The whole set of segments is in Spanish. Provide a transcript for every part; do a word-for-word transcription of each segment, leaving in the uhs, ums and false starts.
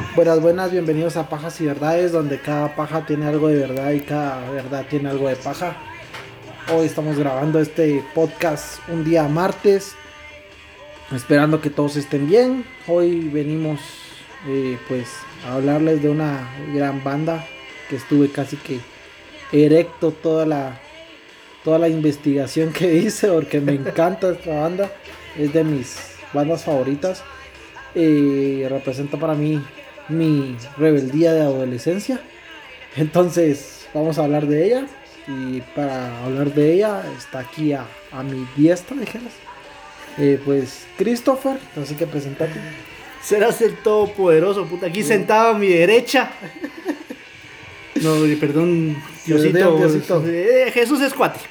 Buenas, buenas, bienvenidos a Pajas y Verdades, donde cada paja tiene algo de verdad y cada verdad tiene algo de paja. Hoy estamos grabando este podcast un día martes, esperando que todos estén bien. Hoy venimos eh, pues a hablarles de una gran banda que estuve casi que erecto toda la, toda la investigación que hice, porque me encanta esta banda, es de mis bandas favoritas. Eh, representa para mí mi rebeldía de adolescencia. Entonces vamos a hablar de ella. Y para hablar de ella está aquí a, a mi diestra, dijeras. Eh, pues Christopher, así que presentate. Serás el todopoderoso, puta. Aquí sentado a mi derecha. No, perdón, Diosito. Diosito. Eh, Jesús es cuate.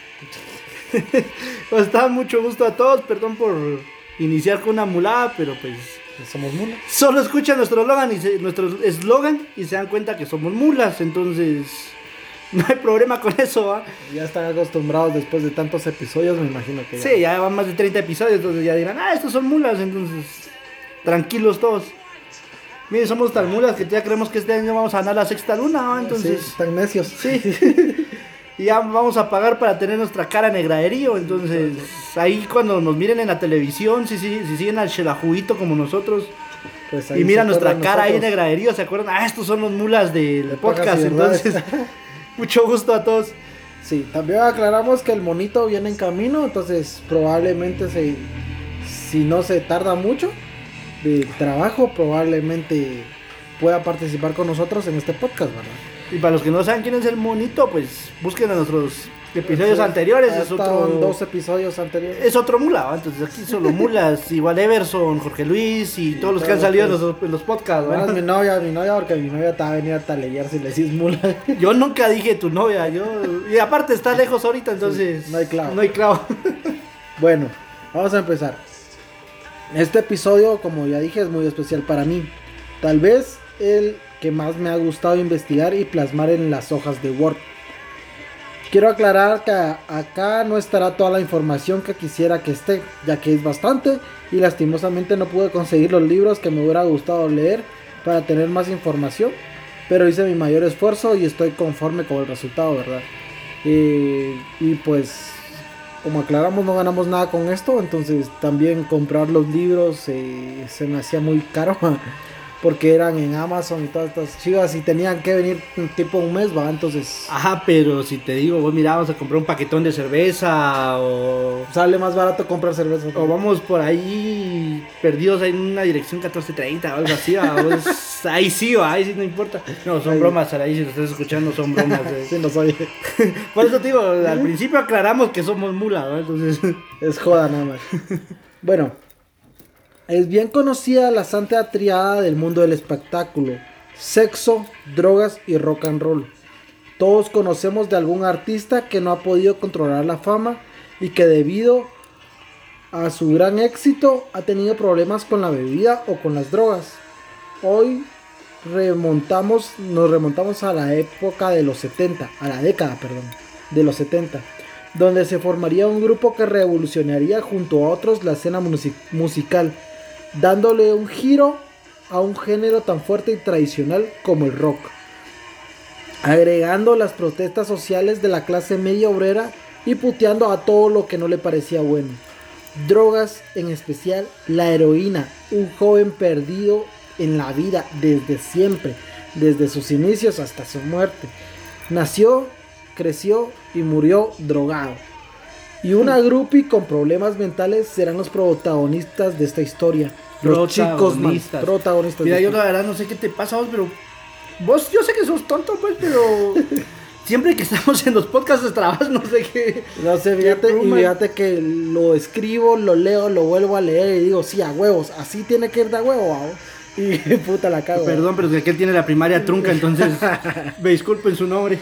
Pues está mucho gusto a todos. Perdón por iniciar con una mulada, pero pues somos mulas. Solo escuchan nuestro eslogan y se, nuestro eslogan y se dan cuenta que somos mulas, entonces no hay problema con eso, ¿eh? Ya están acostumbrados después de tantos episodios, me imagino que ya. Sí, ya van más de treinta episodios, entonces ya dirán, ah, estos son mulas, entonces tranquilos todos. Miren, somos tan mulas que ya creemos que este año vamos a ganar la sexta luna, ¿eh? Entonces... Sí, tan necios. Sí. Y ya vamos a pagar para tener nuestra cara negraderío. Entonces, ahí cuando nos miren en la televisión, si, si, si siguen al chelajuguito como nosotros, pues y miran nuestra cara ahí negraderío, ¿se acuerdan? Ah, estos son los mulas del de podcast. Entonces, mucho gusto a todos. Sí, también aclaramos que el monito viene en camino, entonces probablemente se, si no se tarda mucho de trabajo, probablemente pueda participar con nosotros en este podcast, ¿verdad? Y para los que no saben quién es el monito, pues busquen a nuestros episodios sí, anteriores. Es otro, dos episodios anteriores. Es otro mula, ¿va? Entonces aquí solo mulas. Igual Everson, Jorge Luis y sí, todos los que han salido en los, en los podcasts. Bueno, es mi novia, mi novia, porque mi novia te va a venir a talear si le decís mula. Yo nunca dije tu novia. yo Y aparte está lejos ahorita, entonces sí, no hay clavo. No hay clavo. Bueno, vamos a empezar. Este episodio, como ya dije, es muy especial para mí. Tal vez el que más me ha gustado investigar y plasmar en las hojas de Word. Quiero aclarar que acá no estará toda la información que quisiera que esté, ya que es bastante y lastimosamente no pude conseguir los libros que me hubiera gustado leer para tener más información, pero hice mi mayor esfuerzo y estoy conforme con el resultado, ¿verdad? Eh, y pues, como aclaramos, no ganamos nada con esto, entonces también comprar los libros eh, se me hacía muy caro. Porque eran en Amazon y todas estas chivas y tenían que venir tipo un mes, va, entonces... Ajá, pero si te digo, vos mira, vamos a comprar un paquetón de cerveza o... Sale más barato comprar cerveza. O vamos por ahí perdidos en una dirección catorce treinta o algo así, vos, ahí sí, va, ahí sí no importa. No, son ahí. Bromas, ahí si lo estás escuchando son bromas. Eh. Sí, no soy. Por eso te digo, al principio aclaramos que somos mulas, ¿no? Entonces... Es joda nada más. Bueno... Es bien conocida la santa triada del mundo del espectáculo: sexo, drogas y rock and roll. Todos conocemos de algún artista que no ha podido controlar la fama y que debido a su gran éxito ha tenido problemas con la bebida o con las drogas. Hoy remontamos, nos remontamos a la época de los setenta, a la década, perdón, de los setenta, donde se formaría un grupo que revolucionaría junto a otros la escena music- musical. Dándole un giro a un género tan fuerte y tradicional como el rock, agregando las protestas sociales de la clase media obrera y puteando a todo lo que no le parecía bueno. Drogas, en especial la heroína, un joven perdido en la vida desde siempre, desde sus inicios hasta su muerte. Nació, creció y murió drogado. Y una groupie con problemas mentales serán los protagonistas de esta historia. Los chicos más protagonistas. Mira, yo la verdad no sé qué te pasa a vos, pero vos, yo sé que sos tonto, pues, pero siempre que estamos en los podcasts de trabajo, no sé qué. No sé, fíjate, y fíjate que lo escribo, lo leo, lo vuelvo a leer y digo, sí, a huevos, así tiene que ir de a huevo, ¿no? Y puta la cago. Perdón, pero es que él tiene la primaria trunca, entonces me disculpen su nombre.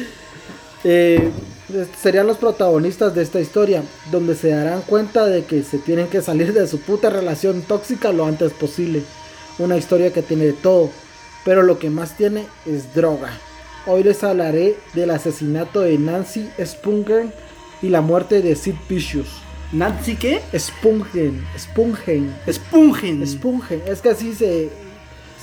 Eh... Serían los protagonistas de esta historia, donde se darán cuenta de que se tienen que salir de su puta relación tóxica lo antes posible. Una historia que tiene de todo, pero lo que más tiene es droga. Hoy les hablaré del asesinato de Nancy Spungen y la muerte de Sid Vicious. ¿Nancy qué? Spungen, Spungen. Spungen. Spungen, es que así se,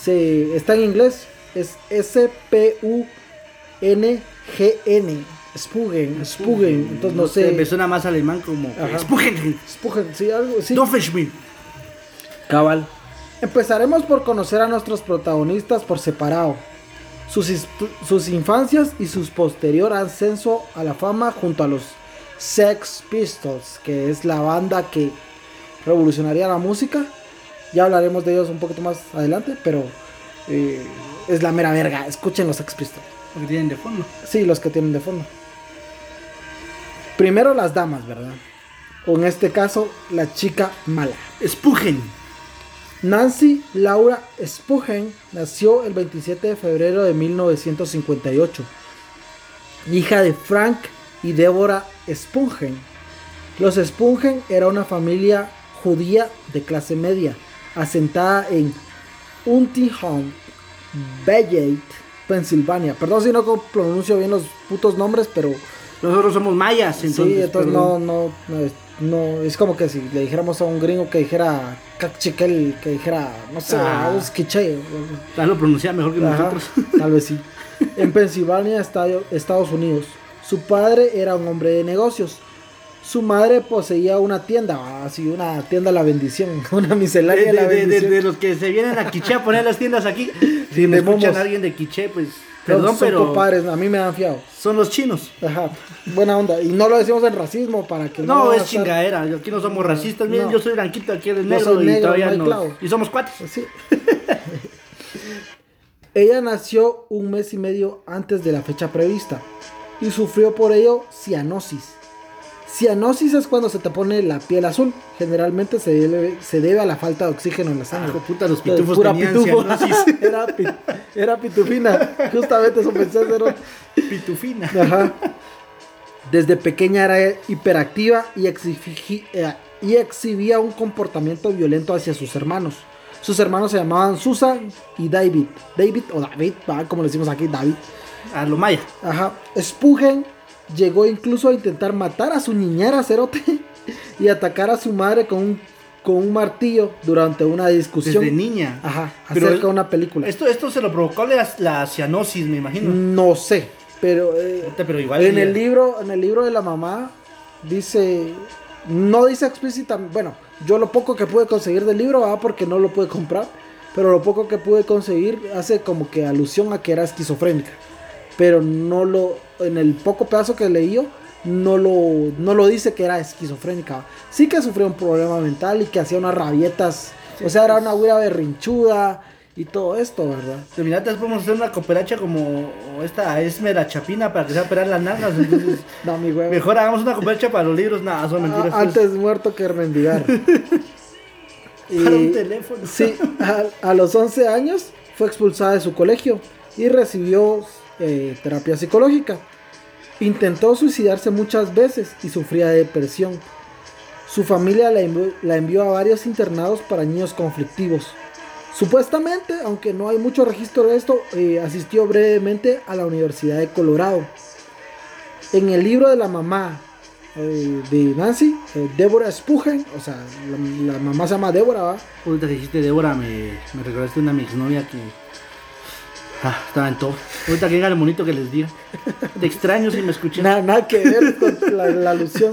se, está en inglés, es S P U N G N, Spugen, Spugen, entonces no sé. Me suena más alemán como Spugen. Spugen, sí, algo así. Doofenshmirtz. Cabal. Empezaremos por conocer a nuestros protagonistas por separado. Sus, sus infancias y su posterior ascenso a la fama junto a los Sex Pistols, que es la banda que revolucionaría la música. Ya hablaremos de ellos un poquito más adelante, pero eh, es la mera verga. Escuchen los Sex Pistols. Los que tienen de fondo. Sí, los que tienen de fondo. Primero las damas, ¿verdad? O en este caso, la chica mala. Spugen. Nancy Laura Spugen nació el veintisiete de febrero de mil novecientos cincuenta y ocho, hija de Frank y Deborah Spugen. Los Spugen era una familia judía de clase media, asentada en Huntington Beach, Pensilvania. Perdón si no pronuncio bien los putos nombres, pero nosotros somos mayas, entonces. Sí, entonces no, no, no, es, no, es como que si le dijéramos a un gringo que dijera Cachiquel, que dijera, no sé, ah, Usquiche. Tal lo pronuncia mejor que Ajá, nosotros. Tal vez sí. En Pensilvania, Estados Unidos. Su padre era un hombre de negocios. Su madre poseía una tienda, así una tienda La Bendición, una miscelánea de, La de, Bendición. De, de, de los que se vienen a Quiché a poner las tiendas aquí. Si me escuchan a alguien de Quiché, pues perdón, son, son pero compadres, a mí me dan fiado. Son los chinos. Ajá, buena onda. Y no lo decimos en racismo para que no. No, es estar... chingadera. Aquí no somos racistas. Miren, no. Yo soy blanquito, aquí eres negro, soy negro y todavía no nos... clavo. Y somos cuates. Sí. Ella nació un mes y medio antes de la fecha prevista y sufrió por ello cianosis. Cianosis es cuando se te pone la piel azul. Generalmente se debe, se debe a la falta de oxígeno en la sangre. Ah, puta, los pitufos pura tenían pitufo. cianosis. era, era pitufina. Justamente eso pensé hacer. Pitufina. Ajá. Desde pequeña era hiperactiva y, exigi, eh, y exhibía un comportamiento violento hacia sus hermanos. Sus hermanos se llamaban Susan y David. David o David, ¿va? Como le decimos aquí, David. A lo maya. Ajá. Spugen llegó incluso a intentar matar a su niñera cerote y atacar a su madre con un, con un martillo durante una discusión. Desde niña. Ajá, pero acerca de una película. Esto, esto se lo provocó la, la cianosis, me imagino. No sé, pero, eh, pero igual en el libro, en el libro de la mamá dice, no dice explícitamente, bueno, yo lo poco que pude conseguir del libro, ah, porque no lo pude comprar, pero lo poco que pude conseguir hace como que alusión a que era esquizofrénica. Pero no lo, en el poco pedazo que leí yo, no lo, no lo dice que era esquizofrénica. Sí que sufrió un problema mental y que hacía unas rabietas, sí, o sea, era una güira berrinchuda y todo esto, ¿verdad? Terminate, podemos hacer una cooperacha como esta Esme la Chapina para que se va a operar las nalgas. Entonces, no, mi güey. Mejor hagamos una cooperacha para los libros, nada, son mentiras. A, antes pues. Muerto que mendigar. y, para un teléfono. Sí, a, a los once años fue expulsada de su colegio y recibió Eh, terapia psicológica. Intentó suicidarse muchas veces y sufría de depresión. Su familia la envió, la envió a varios internados para niños conflictivos. Supuestamente, aunque no hay mucho registro de esto, eh, asistió brevemente a la Universidad de Colorado. En el libro de la mamá eh, de Nancy, eh, Deborah Spugen, o sea, la, la mamá se llama Deborah, ¿va? Ahorita que dijiste Deborah, me, me recordaste una mi exnovia que Ah, estaba en todo. Ahorita que llega el monito que les diga. Te extraño si me escuchas. Nada, nada que ver con la, la alusión.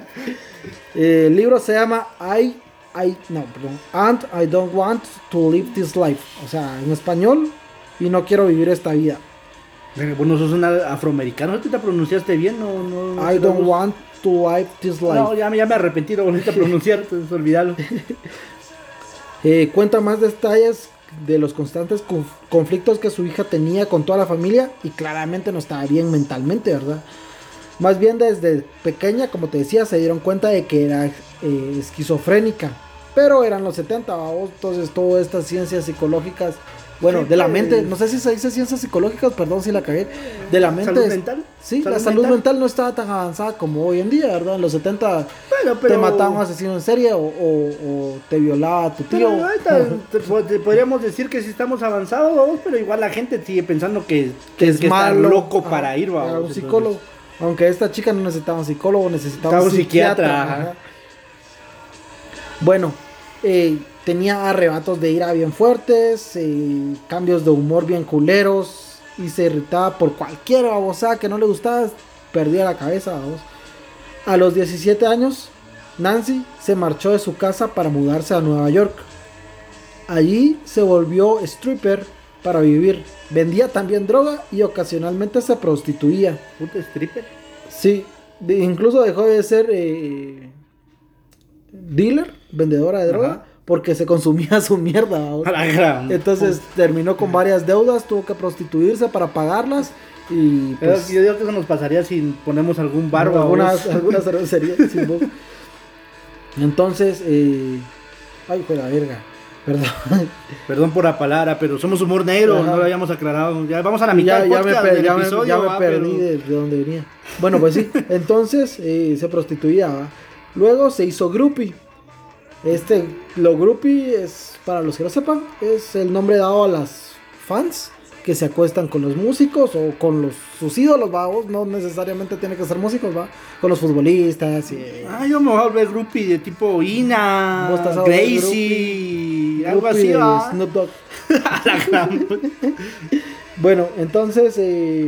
Eh, el libro se llama I, I, no, perdón, And I Don't Want to Live This Life. O sea, en español, y no quiero vivir esta vida. Bueno, sos un afroamericano. ¿Te pronunciaste bien? No, no, no I don't no, want to live this life. No, ya, ya me arrepentí de volverte a pronunciar. Entonces, olvídalo. eh, cuenta más detalles de los constantes conflictos que su hija tenía con toda la familia y claramente no estaba bien mentalmente, ¿verdad? Más bien desde pequeña, como te decía, se dieron cuenta de que era eh, esquizofrénica, pero eran los setenta, ¿va? Entonces todas estas ciencias psicológicas, bueno, sí, de la mente, no sé si se dice ciencias psicológicas, perdón si la cagué, de la mente. ¿Salud mental? Sí, ¿Salud la salud mental? mental no estaba tan avanzada como hoy en día, ¿verdad? En los setenta bueno, pero... te mataba un asesino en serie o, o, o te violaba tu tío. Pero ahorita te, te podríamos decir que sí estamos avanzados, ¿no? Pero igual la gente sigue pensando que, que es que malo, loco ah, para ir, ¿va? a un psicólogo. Entonces... Aunque esta chica no necesitaba un psicólogo, necesitaba un psiquiatra. psiquiatra. Bueno, Eh, tenía arrebatos de ira bien fuertes, eh, cambios de humor bien culeros, y se irritaba por cualquier babosada que no le gustaba, perdía la cabeza, vamos. A los diecisiete años, Nancy se marchó de su casa para mudarse a Nueva York. Allí se volvió stripper para vivir. Vendía también droga y ocasionalmente se prostituía. ¿Puta stripper? Sí, de, incluso dejó de ser eh, dealer, vendedora de droga, ajá, porque se consumía su mierda. Entonces terminó con varias deudas, tuvo que prostituirse para pagarlas. Y pues, yo digo que eso nos pasaría si ponemos algún bar o algunas, algunas cervecerías. Sin vos. Entonces, eh, ay, fue la verga. Perdón. Perdón por la palabra, pero somos humor negro, ajá, no lo habíamos aclarado. Ya vamos a la mitad ya, del podcast, ya me, ya episodio, me, ya me va, perdí pero... de, de dónde venía. Bueno, pues sí, entonces eh, se prostituía, ¿va? Luego se hizo groupie. Este, lo groupie es, para los que no sepan, es el nombre dado a las fans que se acuestan con los músicos o con los sus ídolos, vamos, no necesariamente tiene que ser músicos, va, con los futbolistas y... Ah, yo me voy a volver groupie de tipo Ina, Gracie, algo así, va. Snoop Dogg. Bueno, entonces eh,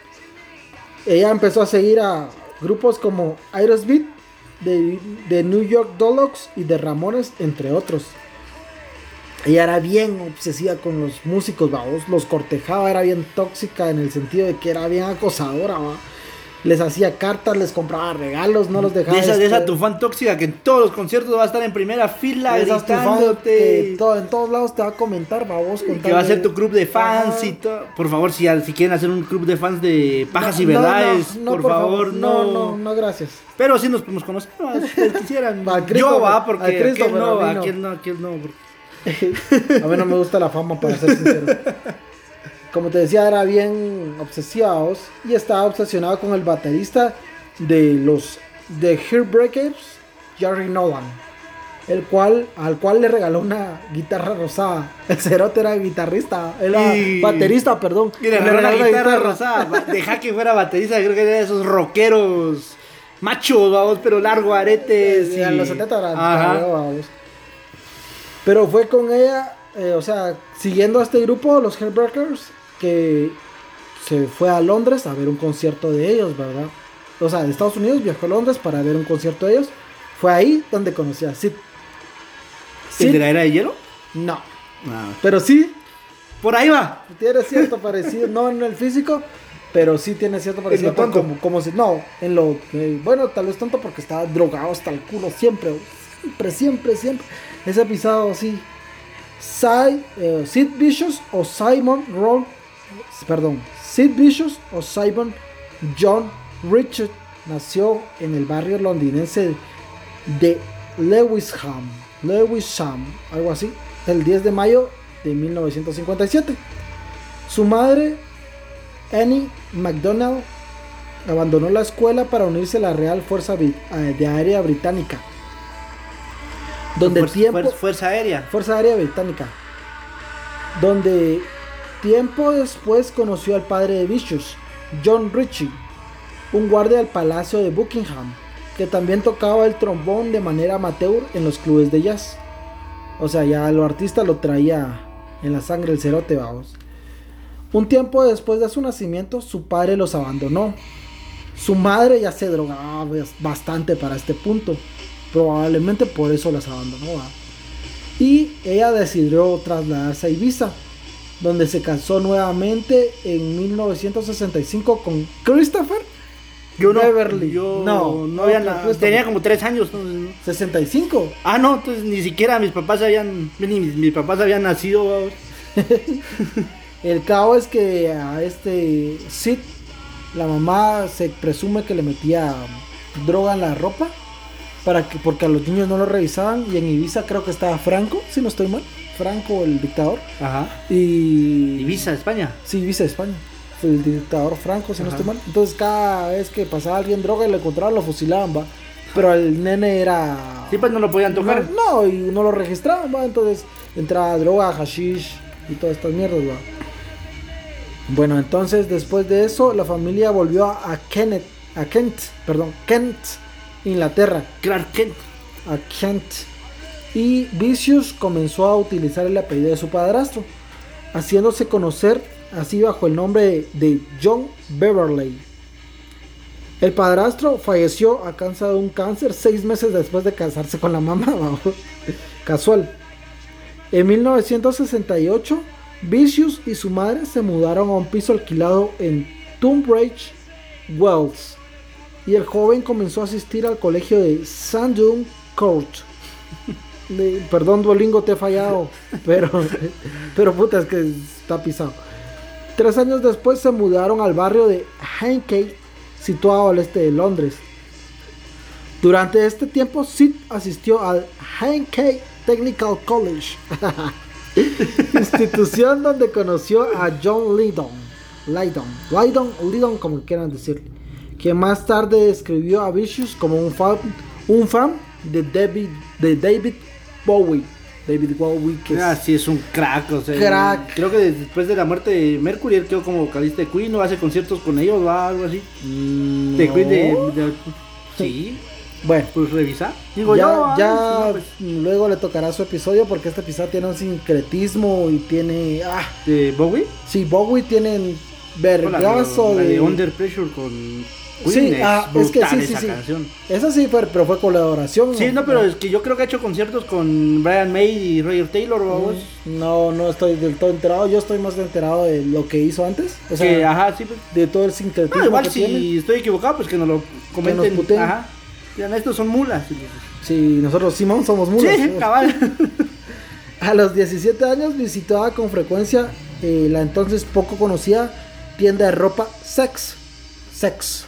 ella empezó a seguir a grupos como Aerosmith, de, de New York Dolls y de Ramones, entre otros. Ella era bien obsesiva con los músicos, ¿va? Los cortejaba, era bien tóxica en el sentido de que era bien acosadora, ¿va? Les hacía cartas, les compraba regalos, no los dejaba. De esa, de esa tu fan tóxica que en todos los conciertos va a estar en primera fila gritándote. Todo, en todos lados te va a comentar, va, vos contando. Que va a ser tu club de fans. Ajá. Y todo. Por favor, si, si quieren hacer un club de fans de pajas no, y verdades, no, no, por, por favor, favor, no. No, no, no, gracias. Pero sí nos podemos conocer, si quisieran. Va, yo va, porque aquel no, aquel no, aquel no. A mí no me gusta la fama, para ser sincero. Como te decía, era bien obsesiva y estaba obsesionado con el baterista de los The Heartbreakers, Jerry Nolan, el cual, al cual le regaló una guitarra rosada. El cerote era guitarrista, era y... baterista, perdón. Y le regaló una guitarra, guitarra rosada. Deja que fuera baterista, creo que era de esos rockeros machos, vamos, pero largo, aretes. Y... En los setenta era, vamos. Pero fue con ella, eh, o sea, siguiendo a este grupo, los Heartbreakers, que se fue a Londres a ver un concierto de ellos, ¿verdad? O sea, de Estados Unidos viajó a Londres para ver un concierto de ellos. Fue ahí donde conocí a Sid. ¿Sid? ¿El de la era de hielo? No. Ah. Pero sí. Por ahí va. Tiene cierto parecido, no en el físico, pero sí tiene cierto parecido. ¿En lo tonto? Como, como si, no, en lo, eh, bueno, tal vez tonto porque estaba drogado hasta el culo siempre, siempre, siempre, siempre. Ese pisado así. Cy, eh, Sid Vicious o Simon Ron, perdón, Sid Vicious o Simon John Richard nació en el barrio londinense de Lewisham, Lewisham, algo así, el diez de mayo de mil novecientos cincuenta y siete. Su madre, Annie MacDonald, abandonó la escuela para unirse a la Real Fuerza de Aérea Británica. Donde fuerza, tiempo, fuerza, fuerza Aérea. Fuerza Aérea Británica. Donde tiempo después conoció al padre de Vicious, John Ritchie, un guardia del Palacio de Buckingham, que también tocaba el trombón de manera amateur en los clubes de jazz. O sea, ya lo artista lo traía en la sangre el cerote, vamos. Un tiempo después de su nacimiento, su padre los abandonó. Su madre ya se drogaba bastante para este punto. Probablemente por eso las abandonó, ¿va? Y ella decidió trasladarse a Ibiza, donde se casó nuevamente en mil novecientos sesenta y cinco con Christopher yo Beverly. No, yo no, no había nada. Tenía como tres años. ¿No? ¿sesenta y cinco? Ah, no, entonces ni siquiera mis papás habían, ni mis, mis papás habían nacido. El caso es que a este Sid, la mamá se presume que le metía droga en la ropa. Para que, porque a los niños no lo revisaban. Y en Ibiza creo que estaba Franco, si no estoy mal. Franco, el dictador. Ajá. Y... Ibiza, España. Sí, Ibiza, España. Fue el dictador Franco, si Ajá. no estoy mal. Entonces cada vez que pasaba alguien droga y lo encontraban, lo fusilaban, va. Pero el nene era... Sí, pues no lo podían tocar. No, no y no lo registraban, va. Entonces entraba droga, hashish y todas estas mierdas, va. Bueno, entonces después de eso, la familia volvió a Kent, a Kent, perdón, Kent, Inglaterra. Clark Kent. A Kent. y Vicious comenzó a utilizar el apellido de su padrastro, haciéndose conocer así bajo el nombre de John Beverly. El padrastro falleció a causa de un cáncer seis meses después de casarse con la mamá. Casual. En mil novecientos sesenta y ocho, Vicious y su madre se mudaron a un piso alquilado en Tunbridge Wells, y el joven comenzó a asistir al colegio de Sandon Court. De, perdón, Duolingo, te he fallado, pero, pero puta, es que está pisado. Tres años después se mudaron al barrio de Hackney, situado al este de Londres. Durante este tiempo, Sid asistió al Hackney Technical College, institución donde conoció a John Lydon, Lydon, Lydon, Lydon, como quieran decirle, que más tarde describió a Vicious como un fan, un fan de David, de David Bowie. David Bowie, que ah, sí, es un crack, o sea, crack. Creo que después de la muerte de Mercury, él quedó como vocalista de Queen, o hace conciertos con ellos, o algo así. No. De Queen, de, de, sí. Bueno, pues revisa. Digo, ya, yo, ya ah, no, pues. Luego le tocará su episodio, porque este episodio tiene un sincretismo y tiene... Ah, ¿De Bowie? Sí, Bowie tiene vergazo de... de... de Under Pressure con... Queen, sí, es, ah, es que sí, sí, sí. Canción. Esa sí fue, pero fue colaboración. Sí, no, pero no. Es que yo creo que ha hecho conciertos con Brian May y Roger Taylor, ¿vos? No, no estoy del todo enterado. Yo estoy más enterado de lo que hizo antes. O sea, que, ajá, sí, pues. De todo el sincretismo. No, igual que si tiene. estoy equivocado, pues que nos lo comenten. Que nos puteen. Ajá. Digan, estos son mulas. Sí, nosotros Simón somos mulas. Sí, cabal. A los diecisiete años visitaba con frecuencia eh, la entonces poco conocida tienda de ropa Sex. Sex.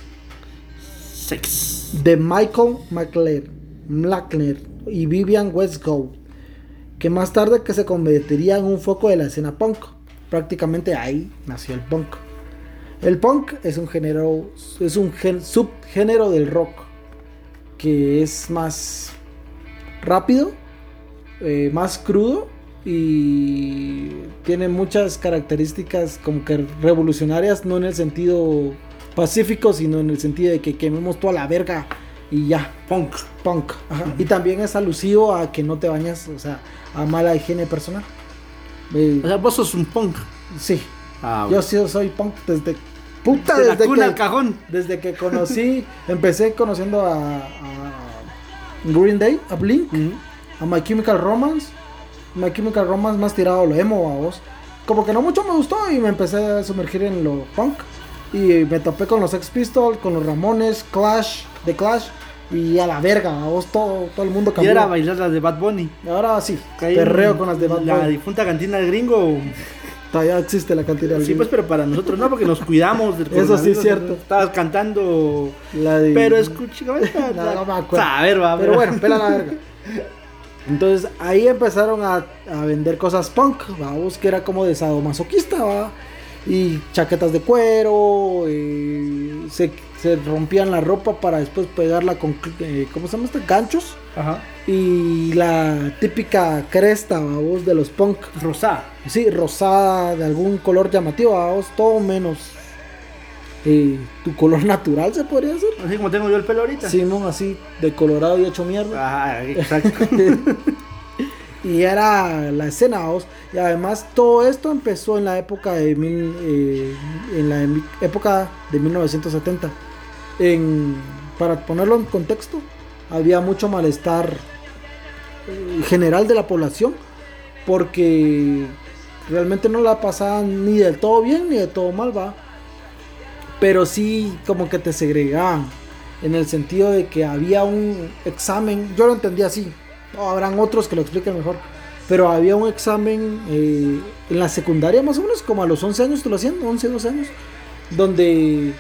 Sex. De Michael McLeod, McLeod y Vivian Westwood, que más tarde que se convertiría en un foco de la escena punk. Prácticamente ahí nació el punk. El punk es un género, es un gen, subgénero del rock que es más rápido, eh, más crudo y tiene muchas características como que revolucionarias, no en el sentido pacífico, sino en el sentido de que quememos toda la verga y ya. Punk. Punk. Ajá. Uh-huh. Y también es alusivo a que no te bañas, o sea, a mala higiene personal. Eh, o sea, vos sos un punk. Sí. Ah, yo sí soy punk desde puta, desde, desde la cuna que al cajón. Desde que conocí, empecé conociendo a, a Green Day, a Blink, uh-huh. a My Chemical Romance. My Chemical Romance más tirado a lo emo, a vos. Como que no mucho me gustó y me empecé a sumergir en lo punk. Y me topé con los Sex Pistols, con los Ramones, Clash, The Clash. Y a la verga, a vos todo, todo el mundo cambió. Y era bailar las de Bad Bunny. Ahora sí, perreo con las de Bad Bunny. La difunta cantina del gringo. Todavía existe la cantina del sí, gringo. Sí, pues, pero para nosotros no, porque nos cuidamos del Eso sí es cierto. Estabas cantando la de... Pero escucha, no, no me acuerdo. A ver, va, pero bueno, pela la verga. Entonces ahí empezaron a, a vender cosas punk, vamos, que era como de sadomasoquista, va. Y chaquetas de cuero, y se, se rompían la ropa para después pegarla con, eh, ¿cómo se llama este? Ganchos. Ajá. Y la típica cresta, vamos, de los punk. Rosada. Sí, rosada, de algún color llamativo, vamos, todo menos eh, tu color natural, se podría hacer. Así como tengo yo el pelo ahorita. Sí, no, así, de colorado y hecho mierda. Ah, exacto. Y era la escena, vamos. Y además todo esto empezó en la época de mil, eh, en la época de mil novecientos setenta. En, para ponerlo en contexto, había mucho malestar eh, general de la población, porque realmente no la pasaban ni del todo bien ni del todo mal, va. Pero sí como que te segregaban, en el sentido de que había un examen, yo lo entendía así. No, habrán otros que lo expliquen mejor. Pero había un examen eh, en la secundaria, más o menos, como a los once años te lo hacían, once, doce años, donde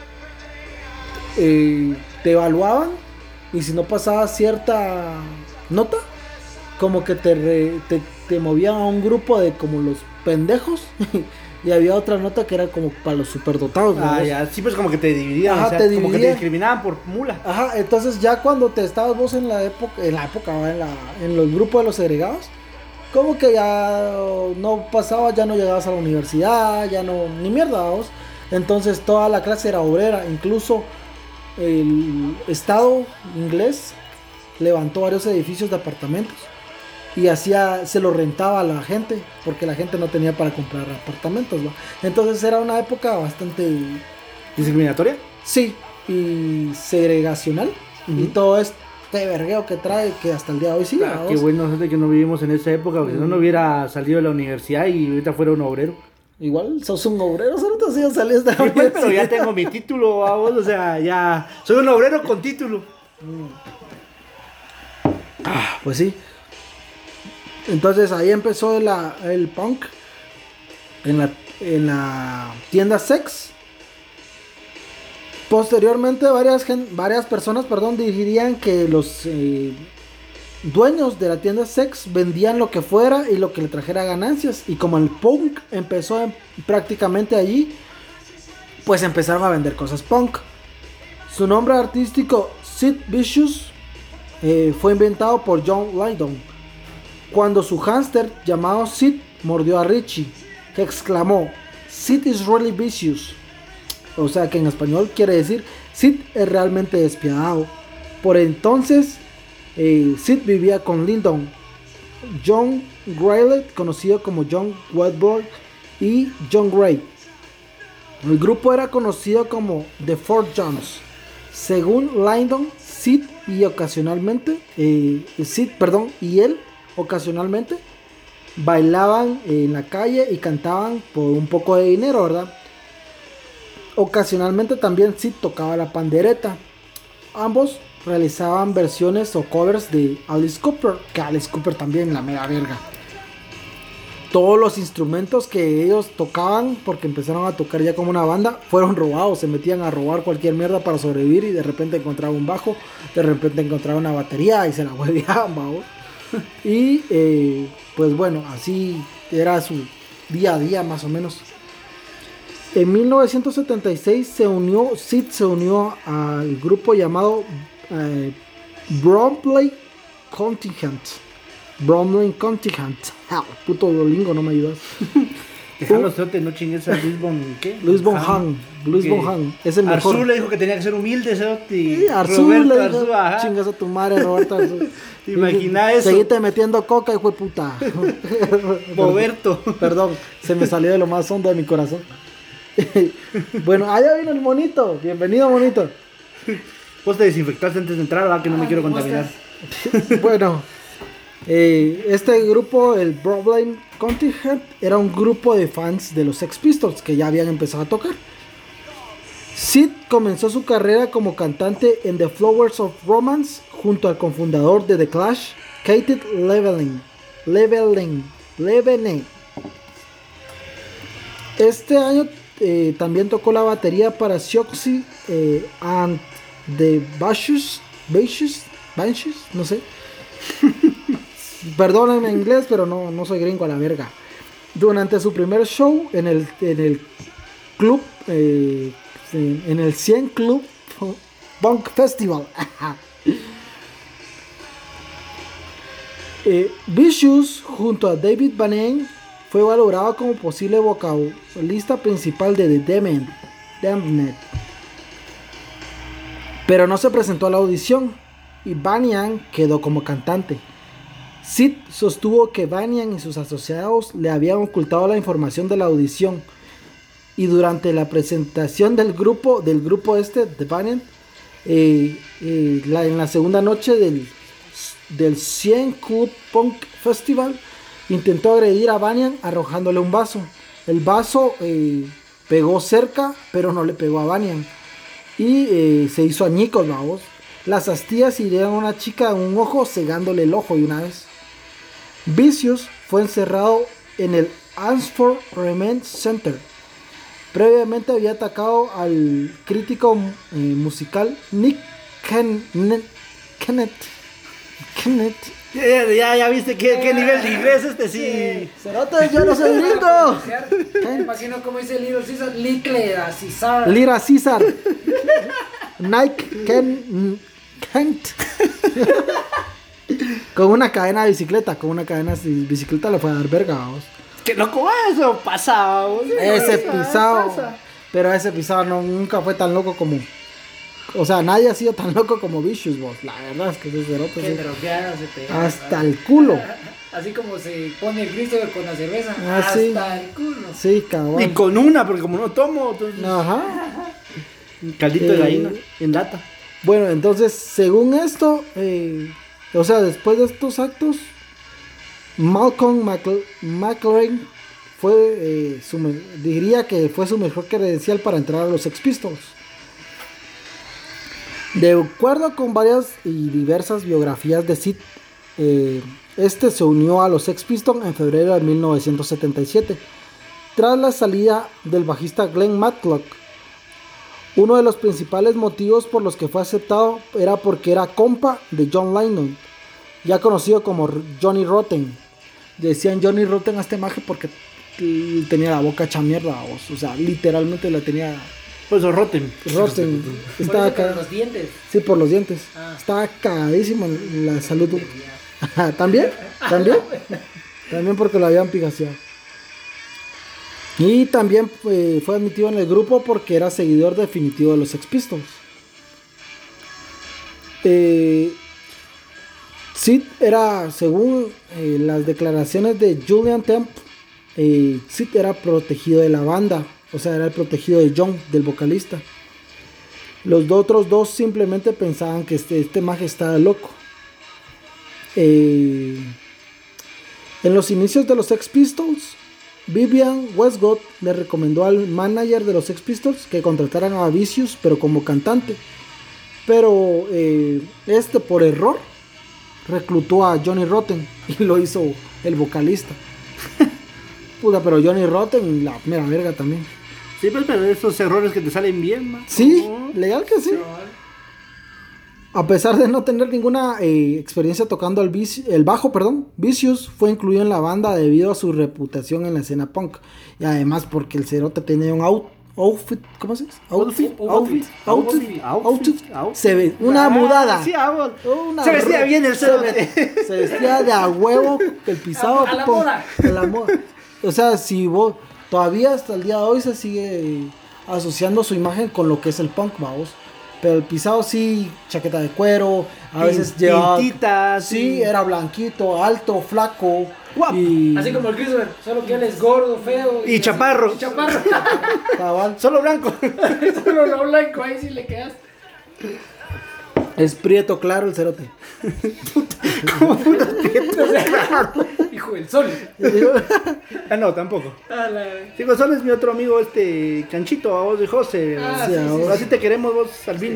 eh, te evaluaban y si no pasabas cierta nota, como que te, re, te, te movían a un grupo de como los pendejos. Y había otra nota que era como para los superdotados. Ah, ¿no? Ya, sí, pues como que te dividían, ajá, o sea, te como dividían. que te discriminaban por mula. Ajá, entonces ya cuando te estabas vos en la época, en la época, en, la, en los grupos de los segregados, como que ya no pasabas, ya no llegabas a la universidad, ya no, ni mierda vos. Entonces toda la clase era obrera, incluso el Estado inglés levantó varios edificios de apartamentos y hacía, se lo rentaba a la gente, porque la gente no tenía para comprar apartamentos, ¿va? Entonces era una época bastante... ¿Discriminatoria? Sí, y segregacional, uh-huh. Y todo este vergueo que trae, que hasta el día de hoy sigue. Ah, qué bueno, gente, que no vivimos en esa época, porque uh-huh. Si no, no hubiera salido de la universidad y ahorita fuera un obrero. Igual, sos un obrero, solo te has salido de la sí, universidad. Pero ya tengo mi título, vamos, o sea, ya... Soy un obrero con título. Mm. Ah, pues sí. Entonces ahí empezó la, el punk en la, en la tienda Sex. Posteriormente varias, varias personas perdón, dirían que los eh, dueños de la tienda Sex vendían lo que fuera y lo que le trajera ganancias. Y como el punk empezó en, prácticamente allí, pues empezaron a vender cosas punk. Su nombre artístico, Sid Vicious, eh, fue inventado por John Lydon cuando su hámster llamado Sid mordió a Richie, que exclamó: "Sid is really vicious", o sea que en español quiere decir Sid es realmente despiadado. Por entonces eh, Sid vivía con Lyndon, John Graylet, conocido como John Wedborg, y John Gray. El grupo era conocido como The Four Johns. Según Lyndon, Sid y ocasionalmente eh, Sid, perdón, y él ocasionalmente bailaban en la calle y cantaban por un poco de dinero, ¿verdad? Ocasionalmente también Sid tocaba la pandereta. Ambos realizaban versiones o covers de Alice Cooper, que Alice Cooper también la mega verga. Todos los instrumentos que ellos tocaban, porque empezaron a tocar ya como una banda, fueron robados. Se metían a robar cualquier mierda para sobrevivir y de repente encontraban un bajo, de repente encontraban una batería y se la hueveaban, ¿va? Y eh, pues bueno, así era su día a día más o menos. En mil novecientos setenta y seis se unió, Sid se unió al grupo llamado eh, Bromley Contingent. Bromley Contingent. Ah, puto Duolingo, no me ayudas. Déjalo sote, no chingues a Luis Von, ¿qué? Luis Von Hahn. Luis Von Hahn. Es el mejor. Arzú le dijo que tenía que ser humilde, Cerote. Sí, Arzú le dijo, chingas a tu madre, Roberto Arzú. ¿Te imaginas eso? Seguiste metiendo coca, hijo de puta. Roberto. Perdón, se me salió de lo más hondo de mi corazón. Bueno, allá vino el monito. Bienvenido, monito. Vos te desinfectaste antes de entrar, ¿verdad? Que no me quiero contaminar. Bueno, eh, este grupo, el Bromley Contingent, era un grupo de fans de los Sex Pistols que ya habían empezado a tocar. Sid comenzó su carrera como cantante en The Flowers of Romance junto al cofundador de The Clash, Keith Levene. Levene. Levene. Este año eh, también tocó la batería para Siouxsie eh, and the Banshees, Banshees, Banshees, no sé. Perdónenme en inglés, pero no, no soy gringo a la verga. Durante su primer show en el, en el club, eh, en el cien Club Punk Festival. eh, Vicious junto a David Banning fue valorado como posible vocalista principal de The Damned, Damned, pero no se presentó a la audición y Banyan quedó como cantante. Sid sostuvo que Banyan y sus asociados le habían ocultado la información de la audición, y durante la presentación del grupo del grupo este de Banyan eh, eh, la, en la segunda noche del, del cien Club Punk Festival intentó agredir a Banyan arrojándole un vaso. El vaso eh, pegó cerca, pero no le pegó a Banyan y eh, se hizo añicos, vamos. Las astillas hirieron a una chica en un ojo, cegándole el ojo de una vez. Vicious fue encerrado en el Ansford Remand Center. Previamente había atacado al crítico eh, musical Nick Ken Kenneth. Kenneth. Ya, ya, ya viste qué, qué nivel de inglés este sí. Cerote, yo no soy gringo. Me imagino como dice Little Caesar, Little Caesar. Lira Caesar. Nike Ken Kent. Con una cadena de bicicleta, con una cadena de bicicleta le fue a dar verga, vamos. Que loco eso pasaba, vos. Ese pisado. Pasa. Pero ese pisado no, nunca fue tan loco como. O sea, nadie ha sido tan loco como Vicious, vos. La verdad es que ese cerote sí. Hasta el culo. Así como se pone el Christopher con la cerveza. Ah, hasta sí. el culo. Sí, cabrón. Y con una, porque como no tomo, entonces... Ajá. Caldito de Eh, gallina, en lata. Bueno, entonces, según esto, eh, o sea, después de estos actos, Malcolm McL- McLaren fue, eh, su me- diría que fue su mejor credencial para entrar a los Sex Pistols. De acuerdo con varias y diversas biografías de Sid, eh, este se unió a los Sex Pistols en febrero de mil novecientos setenta y siete, tras la salida del bajista Glenn Matlock. Uno de los principales motivos por los que fue aceptado era porque era compa de John Lennon, ya conocido como Johnny Rotten. Decían Johnny Rotten a este maje porque t- tenía la boca hecha mierda, o sea, literalmente la tenía Pues roten. Rotten. Por Estaba eso, por ca- los dientes. Sí, por los dientes. Ah. Estaba cagadísimo en la salud. ¿También? ¿También? También porque lo habían pigaseado. Y también eh, fue admitido en el grupo porque era seguidor definitivo de los Sex Pistols. Eh, Sid era, según eh, las declaraciones de Julian Temp, eh, Sid era protegido de la banda. O sea, era el protegido de John, del vocalista. Los otros dos simplemente pensaban que este, este maje estaba loco. Eh, en los inicios de los Sex Pistols, Vivian Westcott le recomendó al manager de los Sex Pistols que contrataran a Vicious, pero como cantante. Pero eh, este, por error, reclutó a Johnny Rotten y lo hizo el vocalista. Puta, pero Johnny Rotten, la mera verga también. Sí, pues, pero esos errores que te salen bien, man. Sí, Oh. legal que sí. A pesar de no tener ninguna eh, experiencia tocando el, vici- el bajo, perdón, Vicious fue incluido en la banda debido a su reputación en la escena punk. Y además porque el cerote tenía un out, outfit, ¿cómo se dice? Outfit, outfit, outfit, outfit, se ve, una Ah, mudada. sí, ah, Una se vestía re- bien el se, cerote. ve- se vestía de a huevo, el pisado. A- a la pum, moda. a la moda. O sea, si vos, todavía hasta el día de hoy se sigue asociando su imagen con lo que es el punk, vamos. Pero el pisado sí, chaqueta de cuero, a Pin- veces llevaba... pintitas, Sí, sí. era blanquito, alto, flaco. Guapo. Y... Así como el Christopher, solo que él es gordo, feo. Y así- chaparro. y chaparro. cabal. Solo blanco. Solo lo blanco, ahí sí le quedas. Es prieto claro el cerote. Hijo del sol. Ah, no, tampoco. A la- Digo, Sol es mi otro amigo, este Chanchito, a vos de José. Ah, sí, sí, sí, ahora Así te queremos vos, Albino.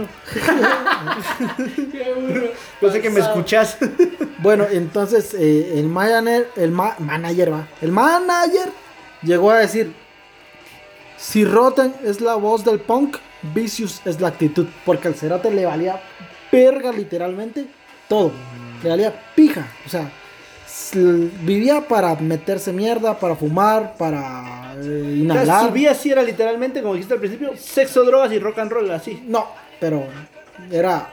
Qué burro. Yo sé que me Pasado. escuchás. Bueno, entonces eh, el manager, el ma- manager va, el manager llegó a decir, si Rotten es la voz del punk, Vicious es la actitud, porque al cerote le valía verga literalmente todo, le valía pija, o sea, s- vivía para meterse mierda, para fumar, para eh, O sea, inhalar. su vida sí era literalmente, como dijiste al principio, sexo, drogas y rock and roll, así. No, pero era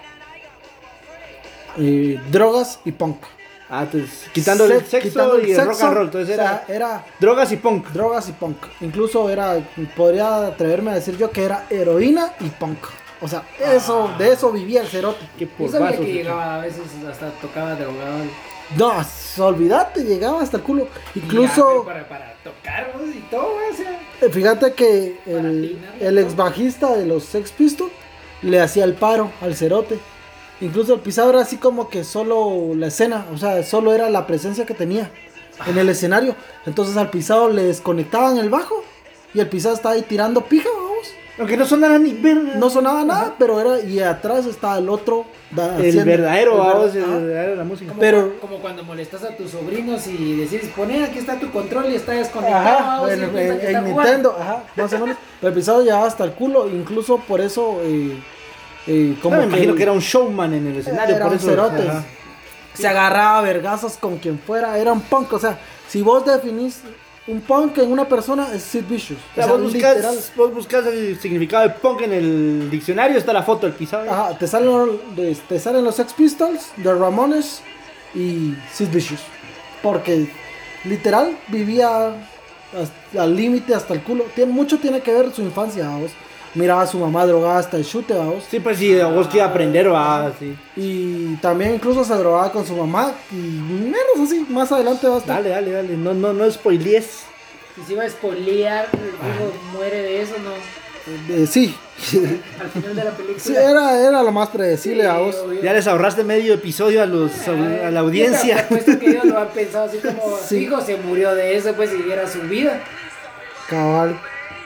eh, drogas y punk. Ah, entonces, quitándole el Sex- sexo quitando el y el rock sexo, and roll. Entonces o sea, era era drogas y punk. drogas y punk. Incluso era, podría atreverme a decir yo que era heroína y punk. O sea, eso, de eso vivía el cerote. Que Yo por sabía vasos. que llegaba a veces hasta tocaba drogado. No, olvídate, llegaba hasta el culo. Ya, Incluso, para, para tocar, ¿no? Y todo, o sea. eh, fíjate que el, Para afinar, el ¿no? ex bajista de los Sex Pistols le hacía el paro al cerote. Incluso el pisado era así como que solo la escena, o sea, solo era la presencia que tenía en el escenario. Entonces al pisado le desconectaban el bajo y el pisado estaba ahí tirando pija, vamos. Aunque no sonara ni verga. No sonaba nada, pero era, y atrás estaba el otro. da- El haciendo- verdadero, el ver- vamos, el ajá. verdadero de la música. Como, Pero- cu- como cuando molestas a tus sobrinos y decís, poné, aquí está tu control y está desconectado. Ajá, o en, si en- piensa que en está Nintendo, ajá, más o menos. Pero el pisado llevaba hasta el culo, incluso por eso, eh, eh, como Ah, me imagino el- que era un showman en el escenario, eran por eso. cerotes. ajá. Se agarraba a vergazos con quien fuera, era un punk. O sea, si vos definís un punk en una persona, es Sid Vicious. O sea, O sea, vos, literal. buscas, vos buscas el significado de punk en el diccionario, está la foto del pisado. Ajá, te salen, te salen los Sex Pistols, The Ramones y Sid Vicious. Porque literal vivía hasta- al límite, hasta el culo. Tiene, mucho tiene que ver su infancia, vamos. miraba a su mamá drogada hasta el chute, vamos. Sí, pues sí, vos que iba a aprender, va, sí. Y también incluso se drogaba con su mamá. Y menos así, más adelante va a estar. Dale, dale, dale, no, no, no spoilees. Y si va a spoilear, el hijo muere de eso, ¿no? Eh, sí. Al final de la película. Sí, era, era lo más predecible, Sí, vamos. obvio. Ya les ahorraste medio episodio a los a, a la audiencia. Te apuesto que ellos lo han pensado así como, Sí. hijo se murió de eso, pues si era su vida. Cabal.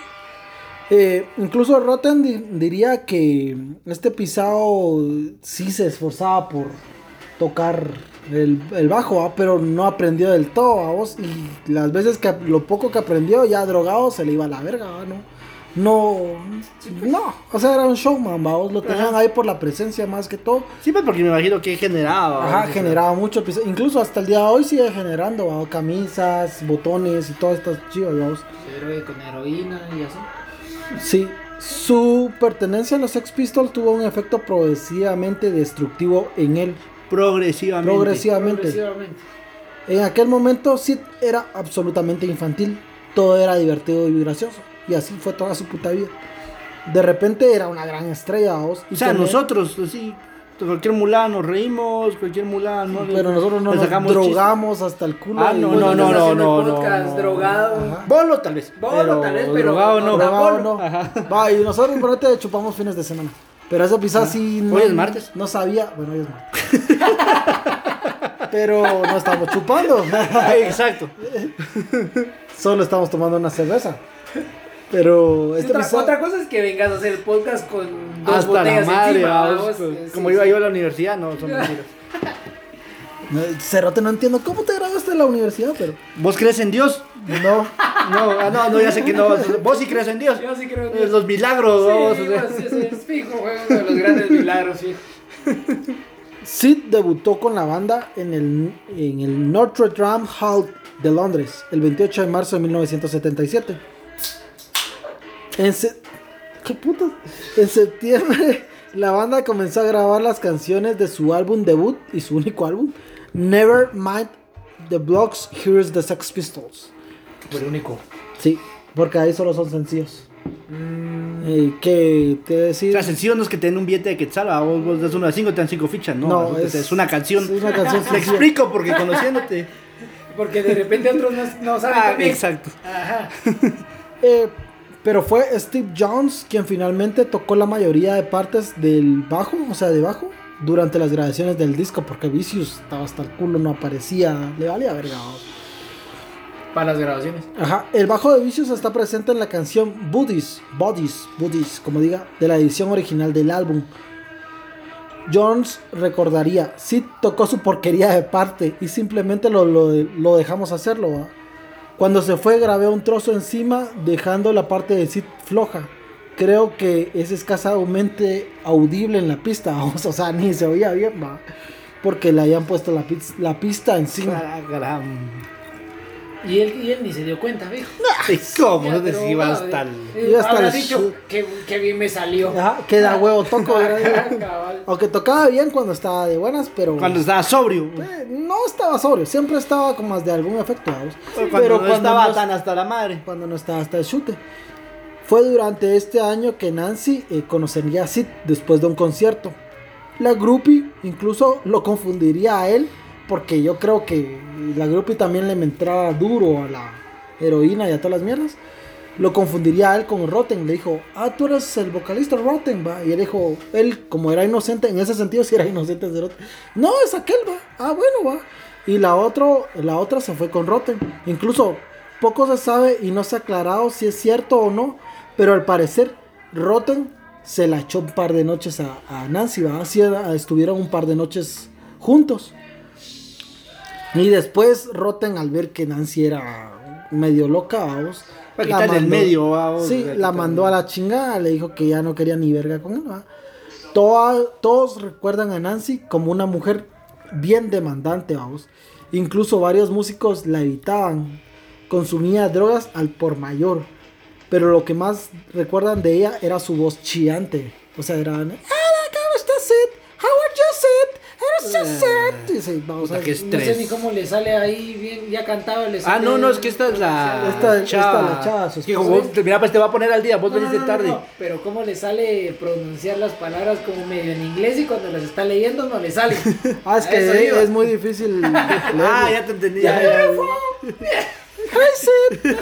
Eh, incluso Rotten di- diría que este pisado sí se esforzaba por tocar el, el bajo, ¿va? Pero no aprendió del todo, vamos. Y las veces que lo poco que aprendió, ya drogado, se le iba a la verga, ¿va? ¿no? No, no, o sea, era un showman, vamos. Lo tenían ahí por la presencia más que todo. Sí, pues porque me imagino que generaba. Ajá, ¿no? generaba mucho, pues, incluso hasta el día de hoy sigue generando, ¿va? Camisas, botones y todas estas chivas, vamos. Héroe con heroína y así. Sí, su pertenencia a los Sex Pistols tuvo un efecto progresivamente destructivo en él. Progresivamente. Progresivamente. Progresivamente. En aquel momento Sid era absolutamente infantil. Todo era divertido y gracioso. Y así fue toda su puta vida. De repente era una gran estrella, vos. O sea, nosotros, así, cualquier mulá nos reímos, cualquier mulá no. Pero nosotros no le nos sacamos drogamos hasta el culo. Ah, y- no, Vos no, estás no, haciendo no, el no, podcast no. drogado. Ajá. Bolo tal vez. Bolo, tal vez, pero drogado no. no, Drogado no. Ajá. Va, y nosotros por te chupamos fines de semana. Pero ese pisado sí no. Hoy es martes. No sabía. Bueno, hoy es martes. Pero no estamos chupando. Exacto. Solo estamos tomando una cerveza. Pero este otra, pisado. otra cosa es que vengas a hacer el podcast con dos Hasta la botellas madre, encima. vamos, vamos. pues, Eh, como sí, iba sí. yo a la universidad, no, son mentiras. Cerote, no entiendo cómo te graduaste en la universidad, pero. ¿Vos crees en Dios? No. No, ah, no, no, ya sé que no. Vos sí crees en Dios. Yo sí creo Eh, Los milagros, vos, Sí, o sea. pues, sí, sí, es fijo, fue uno de los grandes milagros, sí. Sid debutó con la banda en el, en el Notre Dame Hall de Londres el veintiocho de marzo de mil novecientos setenta y siete. En se- ¿Qué putas? En septiembre la banda comenzó a grabar las canciones de su álbum debut y su único álbum, Never Mind the Blocks, Here's the Sex Pistols. Por único. Sí, porque ahí solo son sencillos. Eh, que te O decir. sea, sencillo no es que te den un billete de quetzal, ah, vos, vos das uno de cinco, te dan cinco fichas, no. No, es, es- es una canción. es una canción Te sencilla. explico porque conociéndote. Porque de repente otros no, no saben Ah, también. exacto. Ajá. Eh, pero fue Steve Jones quien finalmente tocó la mayoría de partes del bajo, o sea, de bajo, durante las grabaciones del disco, porque Vicious estaba hasta el culo, no aparecía, le valía verga. vamos. Para las grabaciones. Ajá, el bajo de Vicious está presente en la canción Bodies, Bodies, Bodies, como diga, de la edición original del álbum. Jones recordaría, Sid tocó su porquería de parte y simplemente lo, lo, lo dejamos hacerlo. ¿va? Cuando se fue grabé un trozo encima dejando la parte de Sid floja. Creo que es escasamente audible en la pista, vamos, o sea, ni se oía bien, va, porque le habían puesto la, piz- la pista encima. Ah, caram. Y él, y él ni se dio cuenta, viejo. Ay, ¿Cómo? Ya, No te pero, si iba bueno, hasta el... eh, Iba hasta habrá el dicho su- que, que bien me salió. Ajá, queda huevo toco, ¿verdad? Cabal. Aunque tocaba bien cuando estaba de buenas, pero Cuando estaba sobrio. eh, no estaba sobrio, siempre estaba con más de algún efecto, vamos. Cuando no estaba no- tan hasta la madre. cuando no estaba hasta el chute. Fue durante este año que Nancy eh, conocería a Sid después de un concierto. La groupie incluso lo confundiría a él, porque yo creo que la groupie también le entraba duro a la heroína y a todas las mierdas. Lo confundiría a él con Rotten. Le dijo, ah, tú eres el vocalista Rotten, va. Y él dijo, él como era inocente, en ese sentido sí era inocente de Rotten. No, es aquel, va. Ah, bueno, va. Y la, otro, la otra se fue con Rotten. Incluso poco se sabe y no se ha aclarado si es cierto o no. Pero al parecer Rotten se la echó un par de noches a, a Nancy, va. Así era, estuvieron un par de noches juntos. Y después Rotten, al ver que Nancy era medio loca, vamos, Para la quitarle el mandó- medio, vamos. Sí, o sea, la quitarle- mandó a la chingada, le dijo que ya no quería ni verga con él, ¿va? Toda- todos recuerdan a Nancy como una mujer bien demandante, vamos. Incluso varios músicos la evitaban. Consumía drogas al por mayor. Pero lo que más recuerdan de ella era su voz chillante. O sea, era... "Hola, ¿cómo estás, Sid? How are you, Sid? Eres Dice, vamos a Puta, qué ver. No sé estrés. ni cómo le sale ahí bien, ya cantaba, le Ah, sale. no, no, es que esta es la Esta- esta chava. es la chava, su Es que esposa. como vos- mira, pues te va a poner al día, vos No, no, veniste no, no, tarde. no, pero cómo le sale pronunciar las palabras como medio en inglés y cuando las está leyendo no le sale. Ah, es A que eso es, iba. es muy difícil. Ah, ya te entendí. Ya, Ya, ya, ya.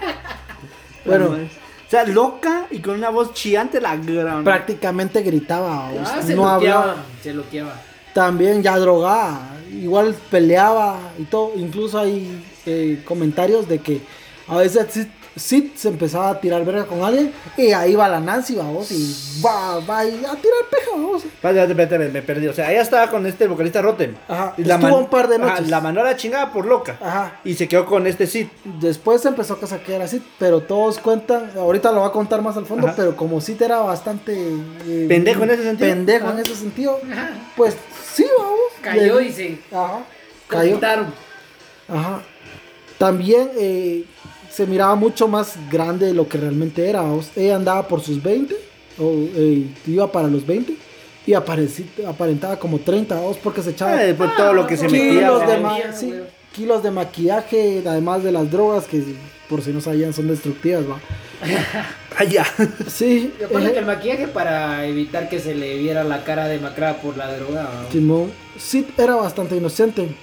Bueno. O sea, loca y con una voz chillante la gran. Prácticamente gritaba, o Ah, sea, se no loqueaba, hablaba. se loqueaba. También ya drogada, igual peleaba y todo. Incluso hay eh, comentarios de que a veces Sid, Sid se empezaba a tirar verga con alguien y ahí va la Nancy, vamos, y va, va y a tirar peja, vamos. Espérate, espérate, me, me perdí. O sea, ella estaba con este vocalista Rotten. Ajá, Y la estuvo man- un par de Ajá, noches. la mandó a la chingada por loca. Ajá. Y se quedó con este Sid. Después empezó a saquear así, pero todos cuentan, ahorita lo va a contar más al fondo, Ajá. pero como Sid era bastante eh, Pendejo en ese sentido. pendejo en Ajá. ese sentido, pues sí, vamos. Cayó Le- y se Ajá. Cayó. conectaron. Ajá. También eh, se miraba mucho más grande de lo que realmente era. ¿Vos? Ella andaba por sus veinte, o eh, iba para los veinte, y apareci- aparentaba como treinta, ¿vos? Porque se echaba Ah, después todo lo que se metía. kilos, o sea, de se ma- metía, sí, güey. kilos de maquillaje, además de las drogas, que por si no sabían son destructivas, ¿va? Ah, ya. Sí, Y aparte eh, que el maquillaje para evitar que se le viera la cara demacrada por la droga. ¿no? Simón, Sid era bastante inocente.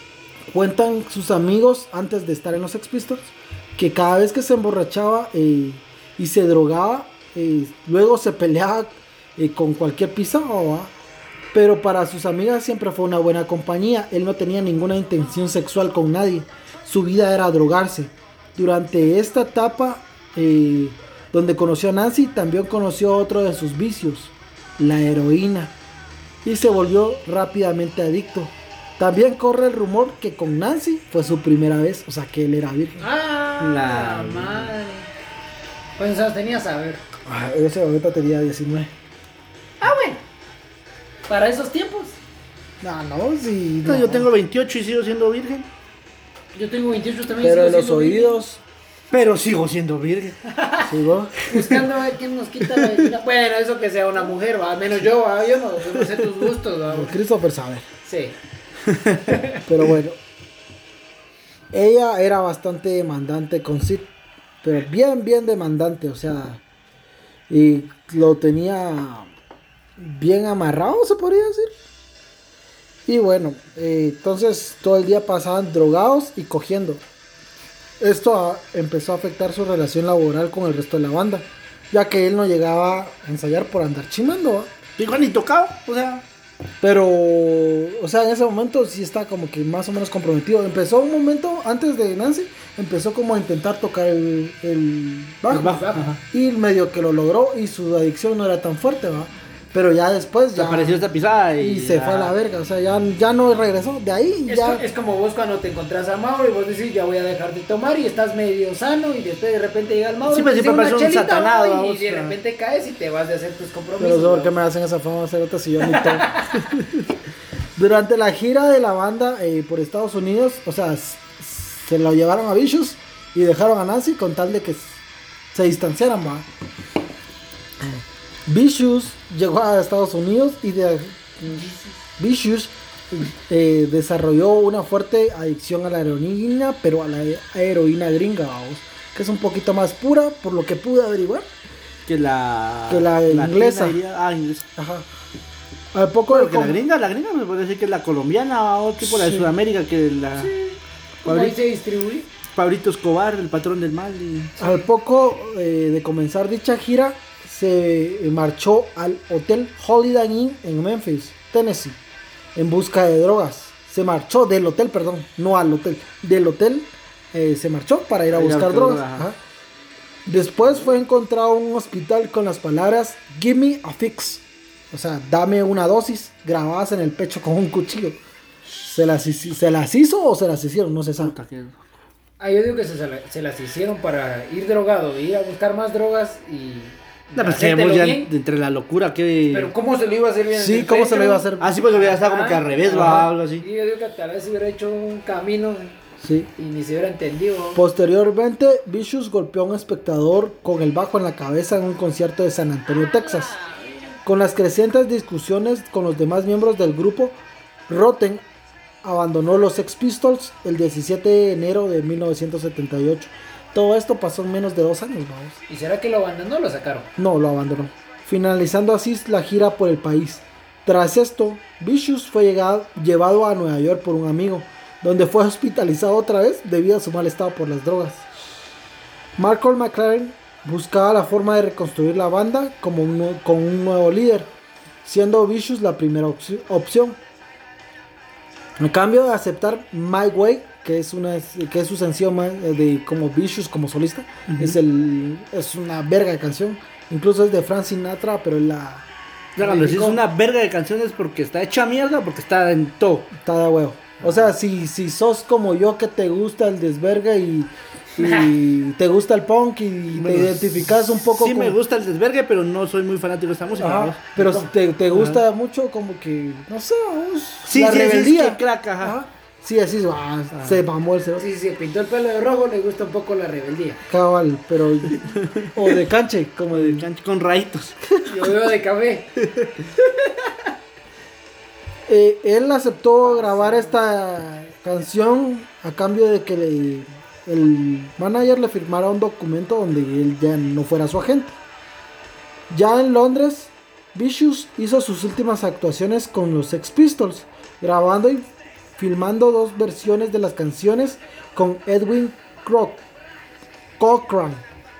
Cuentan sus amigos antes de estar en los Sex Pistols que cada vez que se emborrachaba eh, y se drogaba, eh, luego se peleaba eh, con cualquier pisado, ¿va? Pero para sus amigas siempre fue una buena compañía. Él no tenía ninguna intención sexual con nadie. Su vida era drogarse. Durante esta etapa eh, donde conoció a Nancy, también conoció otro de sus vicios, la heroína, y se volvió rápidamente adicto. También corre el rumor que con Nancy fue su primera vez, o sea que él era virgen. Ah, La- la madre. ¿Cuántos años tenías? A ver. Ah, ese ahorita tenía diecinueve. Ah, bueno. Para esos tiempos. No, no, sí. No, no. yo tengo veintiocho y sigo siendo virgen. Yo tengo veintiocho también. Pero sigo en los siendo virgen. oídos, Pero sigo siendo virgen. sigo. Buscando a ver quién nos quita la virginidad. Bueno, eso que sea una mujer, va. Al menos yo, va. Yo no, yo no sé tus gustos, va. Christopher sabe. Sí. Pero bueno, ella era bastante demandante con Sid, pero bien, bien demandante, o sea, y lo tenía bien amarrado, se podría decir. Y bueno, eh, entonces todo el día pasaban drogados y cogiendo. Esto a- empezó a afectar su relación laboral con el resto de la banda, ya que él no llegaba a ensayar por andar chimando, ¿va? Igual ni tocaba. O sea, Pero, o sea, en ese momento sí está como que más o menos comprometido. Empezó un momento antes de Nancy, empezó como a intentar tocar el, el bajo. El bajo, ajá. Y medio que lo logró y su adicción no era tan fuerte, ¿va? Pero ya después ya... desapareció esta pisada y, y se ya. fue a la verga, o sea, ya, ya no regresó. De ahí Es, ya... co- es como vos cuando te encontrás a Mauro y vos decís, ya voy a dejar de tomar y estás medio sano y después de repente llega el Mauro Sí, y pues, te siempre dice una parece un chelita, satanado, ¿no? y vamos, de ¿no? repente caes y te vas de hacer tus compromisos. Pero ¿por ¿no? qué me hacen esa fama cerota si yo ni tomo? Durante la gira de la banda eh, por Estados Unidos, o sea, s- se lo llevaron a Vicious y dejaron a Nancy con tal de que s- se distanciaran, va. Vicious llegó a Estados Unidos y de Vicious eh, desarrolló una fuerte adicción a la heroína, pero a la heroína gringa, vamos, que es un poquito más pura, por lo que pude averiguar. Que la. Que la latina inglesa. diría- ah, inglesa. Ajá. Al poco Bueno, de que la com- gringa, la gringa me puede decir que es la colombiana o tipo la de Sí. Sudamérica, que la. ¿Cómo ahí Pablito, se distribuye? Pablito Escobar, el patrón del mal. Y... Al poco eh, de comenzar dicha gira, se marchó al Hotel Holiday Inn en Memphis, Tennessee, en busca de drogas. Se marchó del hotel, perdón, no al hotel, del hotel eh, se marchó para ir a A ir a buscar buscar drogas. droga, ajá. Ajá. Después fue encontrado en un hospital con las palabras "Give me a fix", o sea, dame una dosis, grabadas en el pecho con un cuchillo. ¿Se las, hici- ¿Se las hizo o se las hicieron? No se sabe. Puta, que- Ah, yo digo que se, se la- se las hicieron para ir drogado, ir a buscar más drogas y. No, pues hacértelo tenemos ya bien. entre la locura que. Pero ¿cómo se lo iba a hacer bien? en Sí, el ¿cómo se lo pecho? iba a hacer? Ah, sí, pues hubiera estado como que al revés, va, Ajá. algo así. Y yo digo que tal vez hubiera hecho un camino Sí. y ni se hubiera entendido. Posteriormente, Vicious golpeó a un espectador con el bajo en la cabeza en un concierto de San Antonio, Texas. Con las crecientes discusiones con los demás miembros del grupo, Rotten abandonó los Sex Pistols el diecisiete de enero de mil novecientos setenta y ocho. Todo esto pasó en menos de dos años, vamos. ¿Y será que lo abandonó o lo sacaron? No, lo abandonó, finalizando así la gira por el país. Tras esto, Vicious fue llegado, llevado a Nueva York por un amigo, donde fue hospitalizado otra vez debido a su mal estado por las drogas. Malcolm McLaren buscaba la forma de reconstruir la banda como un, con un nuevo líder, siendo Vicious la primera opci- opción. En cambio de aceptar My Way, que es una que es su sencillo más de como Vicious como solista, uh-huh. es el es una verga de canción, incluso es de Frank Sinatra, pero la Claro, si es una verga de canciones porque está hecha mierda, porque está en todo. Está de huevo. O sea, si, si sos como yo que te gusta el desverga y, y te gusta el punk y bueno, te identificas un poco sí con... me gusta el desvergue, pero no soy muy fanático de esta música. Ajá, pero si te, te gusta ajá. mucho como que, no sé, vos, sí, la sí, rebeldía. Sí, es que crack, ajá. Ajá. Sí, así ah, ah. se mamó el cero. Sí, sí, pintó el pelo de rojo, le gusta un poco la rebeldía. Cabal, pero... o de canche, como de... canche con rayitos. Yo veo de café. eh, él aceptó grabar esta canción a cambio de que le, el manager le firmara un documento donde él ya no fuera su agente. Ya en Londres, Vicious hizo sus últimas actuaciones con los Sex Pistols, grabando y filmando dos versiones de las canciones con Edwin Croc- Cochran.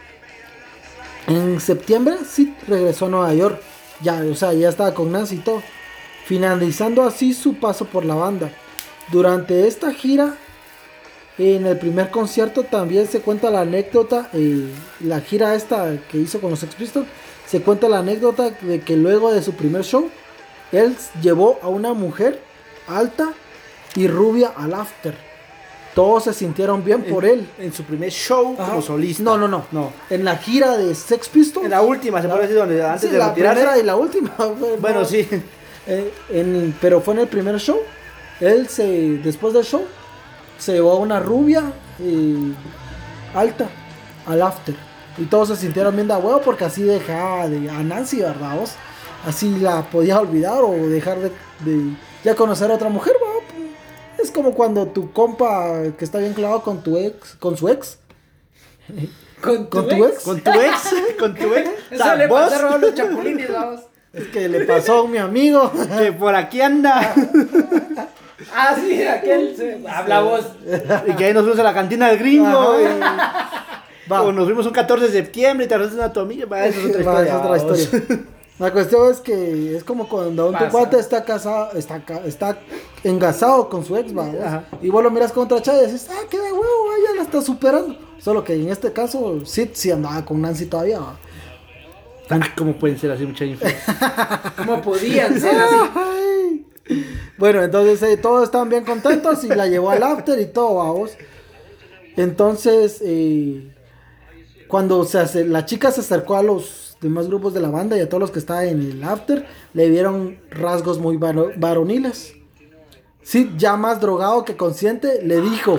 En septiembre, Sid regresó a Nueva York, ya, o sea, ya estaba con Nancy y todo, finalizando así su paso por la banda. Durante esta gira, en el primer concierto también se cuenta la anécdota, eh, la gira esta que hizo con los Sex Pistols, se cuenta la anécdota de que luego de su primer show, él llevó a una mujer alta y rubia al after. Todos se sintieron bien por en, él. En su primer show Ajá. como solista. No, no, no, no. En la gira de Sex Pistols. En la última, se puede decir, donde antes sí, de la retirarse. primera y la última. Bueno, no. sí. Eh, en, pero fue en el primer show. Él se, después del show, se llevó a una rubia eh, alta al after. Y todos se sintieron bien de huevo porque así dejaba de, a Nancy, ¿verdad vos? Así la podía olvidar o dejar de, de ya conocer a otra mujer, ¿verdad? Es como cuando tu compa que está bien clavado con tu ex, con su ex. ¿Con tu, ¿Con ex? tu ex? ¿Con tu ex? ¿Con tu ex? Eso o sea, le ¿vos? Pasó a los chapulines, vamos. Es que le pasó a mi amigo. Que por aquí anda. Ah, sí, aquel se... habla vos. Y que ahí nos fuimos a la cantina del gringo. Y... o nos fuimos un catorce de septiembre y te arreglas una tomilla. Va, eso es otra historia. Va, es otra historia. La cuestión es que es como cuando un tu cuate está casado, está, está engasado con su ex, ¿va? Y vos lo miras con otra chava y dices, ah, qué de huevo, ella la está superando. Solo que en este caso, Sid sí andaba con Nancy todavía, ¿va? ¿Cómo pueden ser así mucha influencia? ¿Cómo podían ser así? Bueno, entonces eh, todos estaban bien contentos y la llevó al after y todo, vamos. Entonces, eh, cuando se hace, la chica se acercó a los demás grupos de la banda y a todos los que estaban en el after, le vieron rasgos muy varo- varoniles. Sí, ya más drogado que consciente, le dijo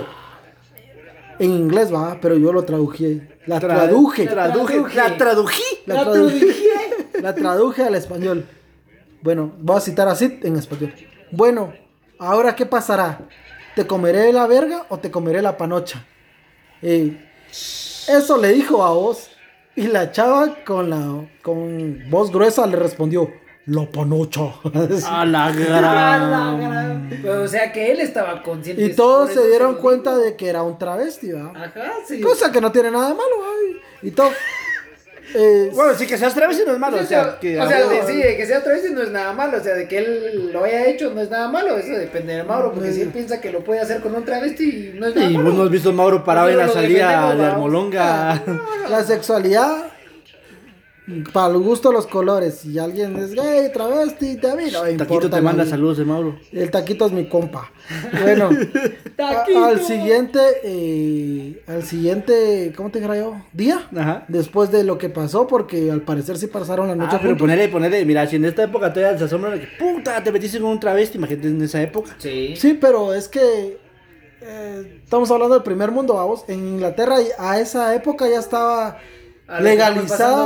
en inglés, va, pero yo lo traduje. La Tra- traduje. Traduje. La tradují. La, la traduje. La traduje al español. Bueno, voy a citar a Sid en español. Bueno, ahora ¿qué pasará? ¿Te comeré la verga o te comeré la panocha? Eh, eso le dijo a vos. Y la chava con la con voz gruesa le respondió, la panocha. A la gran. Pero, o sea que él estaba consciente. Y todos se dieron se cuenta de que era un travesti, ¿verdad? Ajá, sí. Cosa que no tiene nada de malo, ¿verdad? Y todo. Eh, bueno, sí que seas travesti no es malo. Sí, o sea, que, o sea de, sí, de que sea travesti no es nada malo. O sea, de que él lo haya hecho no es nada malo. Eso depende de Mauro. Porque eh. si él piensa que lo puede hacer con un travesti, no es nada y malo. Y vos no has visto a Mauro parado en la salida de Armolonga. No, no, no. La sexualidad, para el gusto de los colores. Si alguien es gay, travesti, te mira. No Taquito te manda saludos de Mauro. El Taquito es mi compa. Bueno, a, al siguiente, eh, al siguiente, ¿cómo te dijera yo? Día. Ajá. Después de lo que pasó, porque al parecer sí pasaron la noche. Ah, pero ponele, ponele, mira, si en esta época todavía se asombra de que puta, te metiste con un travesti, imagínate en esa época. Sí. Sí, pero es que eh, estamos hablando del primer mundo, vamos. En Inglaterra a esa época ya estaba legalizada.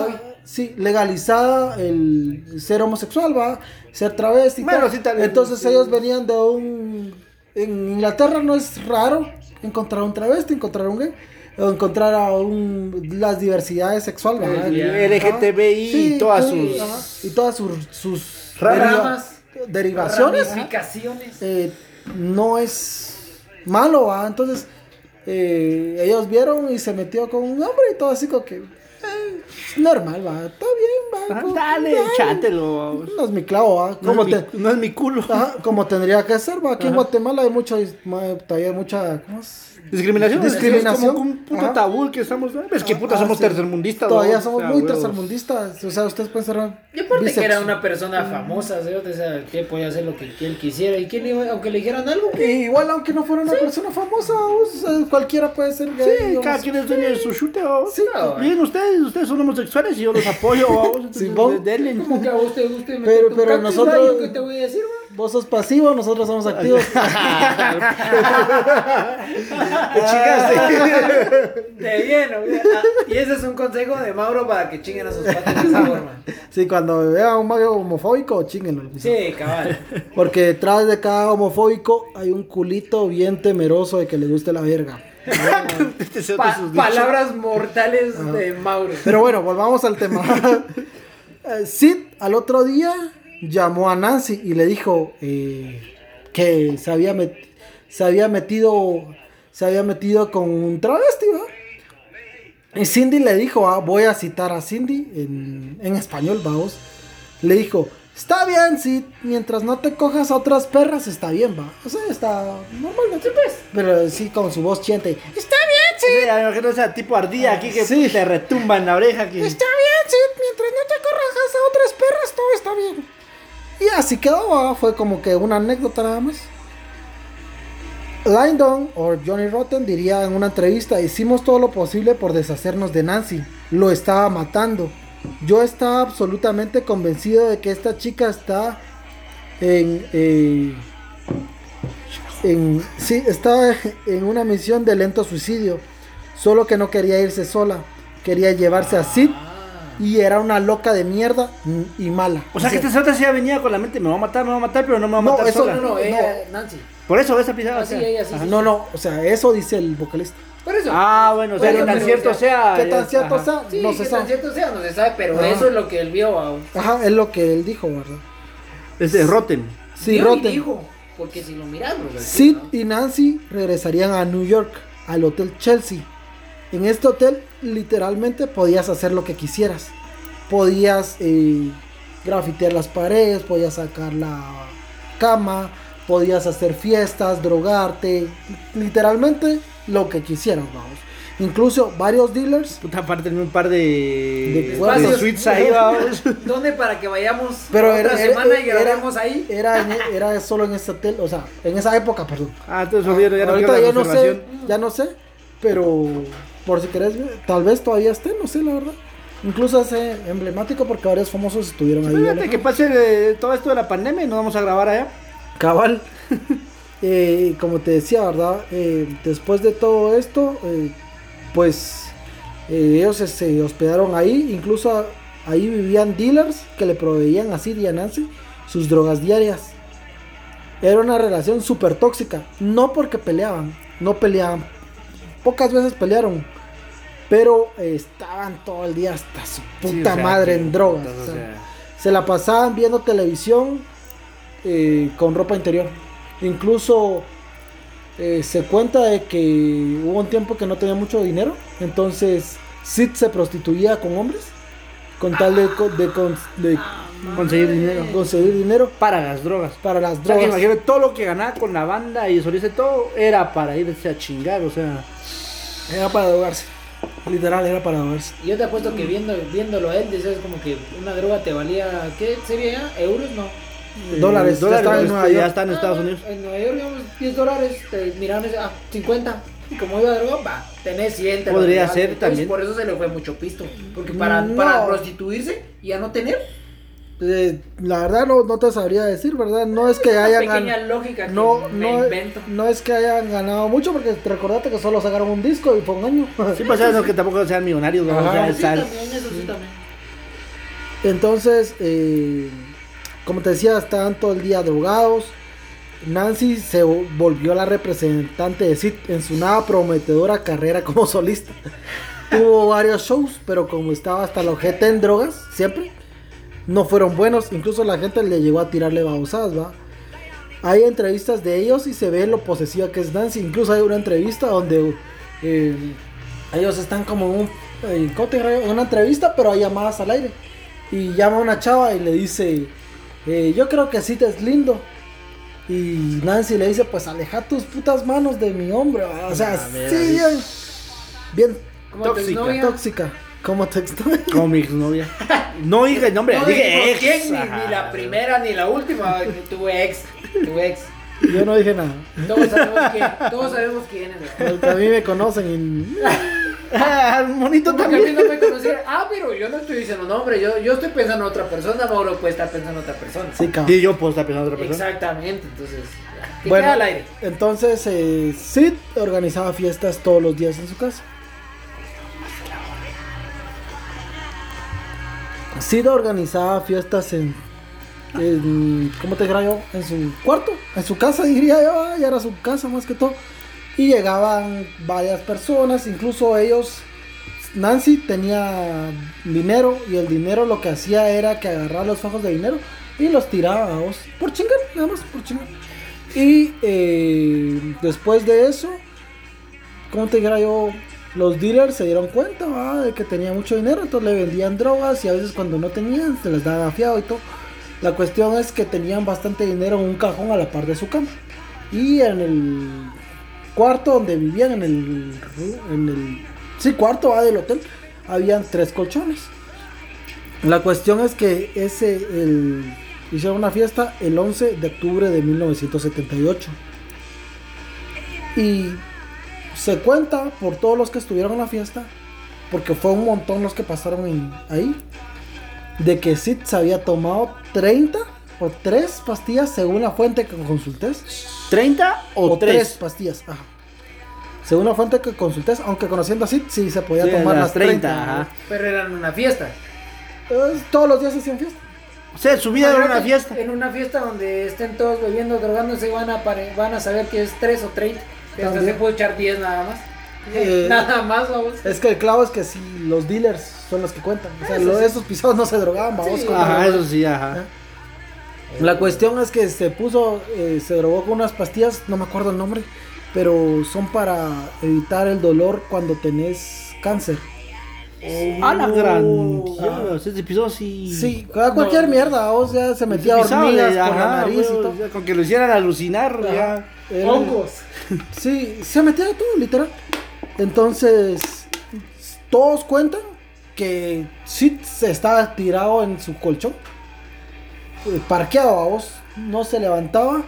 sí, legalizada el ser homosexual, va, ser travesti. Bueno, tal. sí, tal vez, Entonces sí. ellos venían de un... En Inglaterra no es raro encontrar un travesti, encontrar un gay, o encontrar a un... las diversidades sexuales, ¿va? L G T B I Sí, y todas sí, sus... ajá, y todas sus, sus Ramas. deriva- derivaciones. Ramificaciones. eh, no es malo, ¿va? Entonces eh, ellos vieron y se metió con un hombre y todo así como que eh, normal, va, está bien, va. Ah, como- dale, dale. chátelo. No es mi clavo, va. No, Como, es te- mi, no es mi culo. ajá, como tendría que ser, va. Aquí en Ajá. Guatemala hay mucho, ma- todavía hay mucha, ¿cómo es? Discriminación. Discriminación. Es como un puto Ajá. tabú que estamos... Es que puta Ah, somos sí. tercermundistas. Todavía ¿no? somos O sea, muy huevos. tercermundistas. O sea, ustedes pueden ser Y aparte que bisex- era una persona famosa, ¿sí? O sea, que podía hacer lo que él quisiera. Y quién iba, aunque le dijeran algo. Y igual, aunque no fuera una persona famosa, o sea, cualquiera puede ser gay. Sí, o cada homosexual. quien es dueño de su chute. ¿o? Sí, no. Bien, ustedes, ustedes son homosexuales y yo los apoyo. ¿o? Entonces, Sí, vos. denle. Como que a usted, usted me Pero- toca un pero cactus, nosotros- ¿yo ¿qué te voy a decir, güey? Vos sos pasivo, nosotros somos activos. Te chingaste. De bien, güey. Ah, y ese es un consejo de Mauro para que chinguen a sus patas de esa forma. Sí, cuando vean a un mago homofóbico, chinguenlo. Sí, cabal. Porque detrás de cada homofóbico hay un culito bien temeroso de que le guste la verga. Este es otro Pa- sus dichos. palabras mortales de Mauro. Pero bueno, volvamos al tema. Eh, Sid al otro día llamó a Nancy y le dijo eh, que se había, met- se había metido se había metido con un travesti, ¿va? Y Cindy le dijo, ah, voy a citar a Cindy en, en español, vamos. Le dijo, está bien, Sid, mientras no te cojas a otras perras, está bien, va. O sea, está normal, ¿no? Pues. Pero sí con su voz chiente. Está bien, Sid. Sí, a lo mejor esa tipo ardilla aquí que Sí. te retumba en la oreja. Que... Está bien, Sid, mientras no te corrajas a otras perras, todo está bien. Y así quedó, ¿va? Fue como que una anécdota nada más. Lyndon o Johnny Rotten diría en una entrevista, hicimos todo lo posible por deshacernos de Nancy, lo estaba matando. Yo estaba absolutamente convencido de que esta chica está en, eh, en sí, estaba en una misión de lento suicidio, solo que no quería irse sola, quería llevarse a Sid y era una loca de mierda y mala. O sea que esta otra sí ya venía con la mente, me va a matar, me va a matar, pero no me va a No, matar eso sola. No, no, ella, Nancy. Por eso esa pisada. Así, o sea. ella sí. Ajá, sí, no, sí. no, o sea, eso dice el vocalista. Por eso. Ah, bueno, o sea, Bueno, que tan pero, cierto o sea, sea. ¿Qué tan ya- cierto ajá. sea? Sí, No que se tan sabe. cierto sea, no se sabe, pero Ajá. eso es lo que él vio. ¿va? Ajá, es lo que él dijo, ¿verdad? Es de Rotten. Sí, Vio y Rotten. dijo, porque si lo miramos. ¿no? Sid y Nancy regresarían a New York, al Hotel Chelsea. En este hotel, literalmente, podías hacer lo que quisieras. Podías eh, grafitear las paredes, podías sacar la cama, podías hacer fiestas, drogarte, literalmente lo que quisieras, vamos. Incluso varios dealers, Puta parte un par de. De de cuadros. suites ahí, vamos. ¿Dónde para que vayamos pero otra era, semana era, y grabemos ahí? era, en- era solo en ese hotel, o sea, en esa época, perdón. Ah, entonces olvídalo, ya no Ahorita quiero la ya no sé, conservación. ya no sé, pero por si querés, tal vez todavía esté, no sé la verdad. Incluso es eh, emblemático porque varios famosos estuvieron ahí. Fíjate ¿verdad? que pase eh, todo esto de la pandemia y nos vamos a grabar allá. Cabal. Eh, como te decía, ¿verdad? Eh, después de todo esto, eh, pues eh, ellos se, se hospedaron ahí. Incluso ahí vivían dealers que le proveían a Sid y a Nancy sus drogas diarias. Era una relación súper tóxica. No porque peleaban, no peleaban. Pocas veces pelearon. Pero eh, estaban todo el día hasta su puta Sí, o sea, madre que- en drogas. o o sea, sea, se la pasaban viendo televisión eh, con ropa interior. Incluso eh, se cuenta de que hubo un tiempo que no tenía mucho dinero. Entonces Sid se prostituía con hombres con tal de, co- de, con- de conseguir dinero. conseguir dinero Para las drogas. para las O sea, que drogas. imagínate, todo lo que ganaba con la banda y soliste todo era para irse a chingar, o sea. Era para drogarse. Literal, era para drogarse. Y yo te apuesto que viendo, viéndolo a él, decías como que una droga te valía, ¿qué sería? ¿Euros? No. Dólares, ya estaba en pues, Nueva ya York. está en Estados Ah, Unidos. En Nueva York, digamos, diez dólares, te miraron ese, ah, cincuenta. Y como iba a droga, va, tenés cien. te lo Podría regalan. ser Entonces, también. Por eso se le fue mucho pisto. Porque para, No. para prostituirse y a no tener, Eh, la verdad no, no te sabría decir, ¿verdad? No es que hayan pequeña gan- lógica que no, me no, invento. no es que hayan ganado mucho, porque recordate que solo sacaron un disco y fue un año. Sí, pues, o sea, no que tampoco sean millonarios, ¿no? Ajá. O sea, Sí, están- también, eso sí también. Entonces, eh, como te decía, estaban todo el día drogados. Nancy se volvió la representante de Sid en su nada prometedora carrera como solista. Tuvo varios shows, pero como estaba hasta la ojete en drogas, siempre, no fueron buenos. Incluso la gente le llegó a tirarle babosadas, ¿va? Hay entrevistas de ellos y se ve lo posesiva que es Nancy. Incluso hay una entrevista donde eh, ellos están como en, un, eh, en una entrevista, pero hay llamadas al aire. Y llama a una chava y le dice, eh, yo creo que Sid es lindo. Y Nancy le dice, pues aleja tus putas manos de mi hombro. O sea, ah, sí, bien, bien tóxica. tóxica. Como tu exnovia. Como mi exnovia. No dije nombre, no, dije ex. ¿Quién? Ni, ni la primera ni la última. Tu ex. Tu ex. Yo no dije nada. Todos sabemos quién. Todos sabemos quién es. Porque a mí me conocen y... Ah, monito Como también. que a mí no me conocieron. Ah, pero yo no estoy diciendo nombre. Yo, yo estoy pensando en otra persona. Mauro puede estar pensando en otra persona. Sí, cabrón. Y yo puedo estar pensando en otra persona. Exactamente. Entonces, que bueno, queda al aire. Entonces, eh, Sid organizaba fiestas todos los días en su casa. Sid organizaba fiestas en, en ¿cómo te diría yo? En su cuarto, en su casa diría yo, ya era su casa más que todo. Y llegaban varias personas, incluso ellos, Nancy tenía dinero y el dinero lo que hacía era que agarraba los fajos de dinero y los tiraba a vos, por chingar, nada más por chingar. Y eh, después de eso, ¿cómo te diría yo? Los dealers se dieron cuenta, ¿va? De que tenía mucho dinero, entonces le vendían drogas y a veces cuando no tenían se les daba fiado y todo. La cuestión es que tenían bastante dinero en un cajón a la par de su cama. Y en el cuarto donde vivían, en el, en el sí, cuarto ¿va? Del hotel, habían tres colchones. La cuestión es que ese el, hicieron una fiesta el once de octubre de mil novecientos setenta y ocho. Y se cuenta por todos los que estuvieron en la fiesta, porque fue un montón los que pasaron en, ahí, de que Sid se había tomado treinta o tres pastillas según la fuente que consulté. ¿treinta o, o tres pastillas, ajá. Según la fuente que consulté, aunque conociendo a Sid, sí se podía sí, tomar las treinta. treinta ajá. Pero eran una fiesta. Eh, todos los días se hacían fiesta. O sea, su vida era una fiesta. En una fiesta donde estén todos bebiendo, drogándose, van a, pare- van a saber que es tres o treinta. Hasta se puede echar diez nada más. Eh, nada más, vamos. Es que el clavo es que si los dealers son los que cuentan. O sea, lo, sí. Esos pisados no se drogaban, vamos. Sí, ajá, eso sí, ajá. ¿Eh? La cuestión es que se puso, eh, se drogó con unas pastillas, no me acuerdo el nombre, pero son para evitar el dolor cuando tenés cáncer. Oh, a la gran Dios, ese episodio sí. Sí, cualquier no, mierda, o sea, se metía hormigas por ajá, la nariz bueno, y todo. Ya, con que lo hicieran alucinar, ajá. Ya. El, hongos. Sí, se metía de todo, literal. Entonces, todos cuentan que Sid se estaba tirado en su colchón, parqueado a vos, no se levantaba,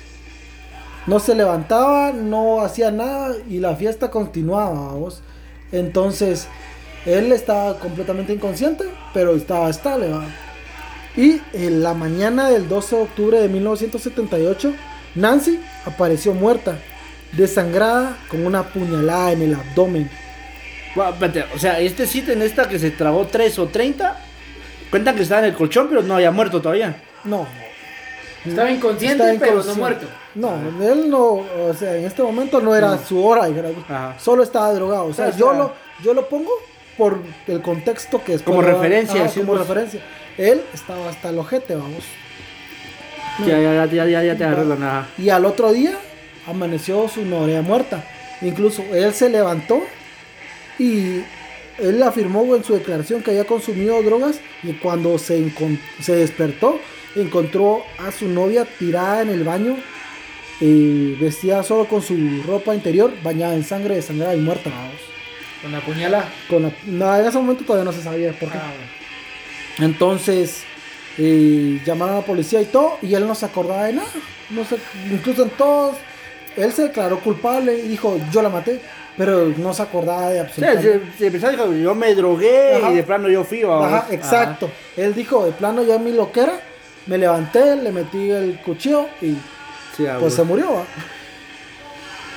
no se levantaba, no hacía nada y la fiesta continuaba a vos. Entonces, él estaba completamente inconsciente, pero estaba estable, ¿va? Y en la mañana del doce de octubre de mil novecientos setenta y ocho, Nancy apareció muerta, desangrada, con una puñalada en el abdomen. Bueno, o sea, este sitio en esta que se tragó tres o treinta, cuentan que estaba en el colchón, pero no había muerto todavía. No. Estaba inconsciente, estaba pero inconsciente. No muerto. No, él no, o sea, en este momento no era no. su hora, solo estaba drogado. O sea, o sea yo, lo, yo lo pongo por el contexto que es. Como referencia. Ah, sí, como referencia. Él estamos hasta el ojete, vamos. No. Ya, ya, ya, ya, ya te agarré nada. Y al otro día amaneció su novia muerta. Incluso él se levantó y él afirmó en su declaración que había consumido drogas y cuando se, encont- se despertó encontró a su novia tirada en el baño, eh, vestida solo con su ropa interior, bañada en sangre, desangrada y muerta. Vamos. ¿Con la puñalada? Con la, no, en ese momento todavía no se sabía por qué. Ah, bueno. Entonces eh, llamaron a la policía y todo, y él no se acordaba de nada. No sé, incluso en todos, él se declaró culpable y dijo, yo la maté, pero no se acordaba de absolutamente nada. Sí, sí, dijo, yo me drogué. Ajá. Y de plano yo fui. Ajá, Ajá, exacto. Ajá. Él dijo, de plano yo en mi loquera, me levanté, le metí el cuchillo y sí, pues se murió. ¿Va?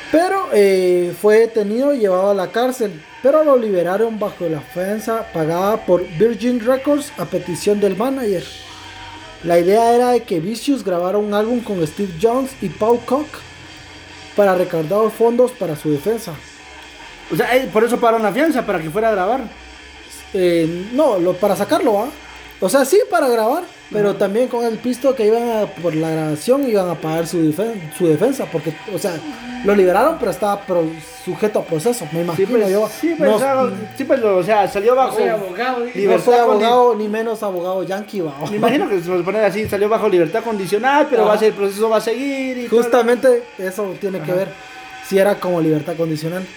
Pero eh, fue detenido y llevado a la cárcel, pero lo liberaron bajo la fianza pagada por Virgin Records a petición del manager. La idea era de que Vicious grabara un álbum con Steve Jones y Paul Cook para recaudar fondos para su defensa. O sea, eh, por eso pagaron la fianza, para que fuera a grabar. Eh, no, lo, para sacarlo, ¿ah? O sea, sí, para grabar, pero uh-huh. también con el pisto que iban a, por la grabación, iban a pagar su, defen- su defensa, porque, o sea, lo liberaron, pero estaba pro- sujeto a proceso, me imagino sí, pues, yo. Sí, pues, no, o, sea, sí, pues o sea, salió bajo... No soy abogado. No soy abogado, ni menos abogado yankee, va. Me imagino que se nos pone así, salió bajo libertad condicional, pero ah. va a ser, el proceso va a seguir. Y justamente todo. Eso tiene Ajá. que ver, si era como libertad condicional.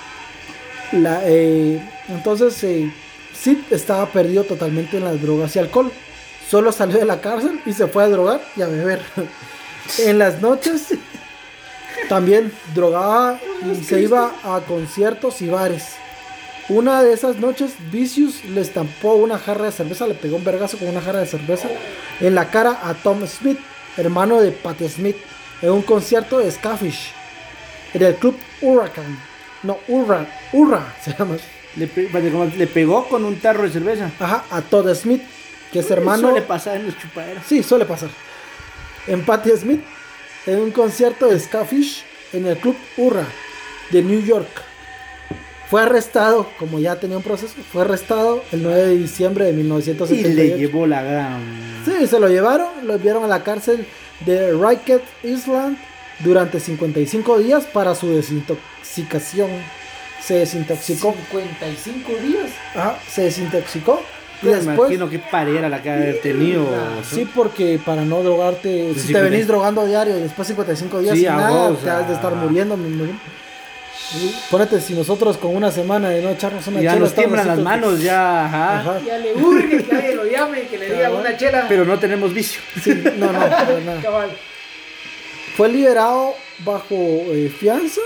La, eh, entonces, eh, Sid estaba perdido totalmente en las drogas y alcohol. Solo salió de la cárcel y se fue a drogar y a beber. En las noches también drogaba y se iba a conciertos y bares. Una de esas noches Vicious le estampó una jarra de cerveza, le pegó un vergazo con una jarra de cerveza en la cara a Tom Smith, hermano de Patti Smith, en un concierto de Skafish en el club Hurricane. No, Urra, Urra se llama. Le, pe- le pegó con un tarro de cerveza. Ajá, a Todd Smith, que es hermano. Suele pasar en los chupaderos. Sí, suele pasar. En Patti Smith, en un concierto de Skafish en el club Urra de New York. Fue arrestado, como ya tenía un proceso, fue arrestado el nueve de diciembre de mil novecientos setenta y ocho. Y le llevó la gran... Sí, se lo llevaron, lo enviaron a la cárcel de Rikers Island durante cincuenta y cinco días para su desintoxicación. Se desintoxicó. ¿cincuenta y cinco días? Ajá, se desintoxicó. Y Me después, imagino qué parera la que ha de haber tenido. Sí, porque para no drogarte, si te venís drogando diario y después cincuenta y cinco días sí, sin nada, vos, te has de estar muriendo. Ponete, si nosotros con una semana de no echarnos una ya chela, nos tiemblan las manos, que... ya, ajá. ajá. Ya le urge que alguien lo llame y que le diga claro. Una chela. Pero no tenemos vicio. Sí, no, no, no, no. Cabal. Fue liberado bajo eh, fianza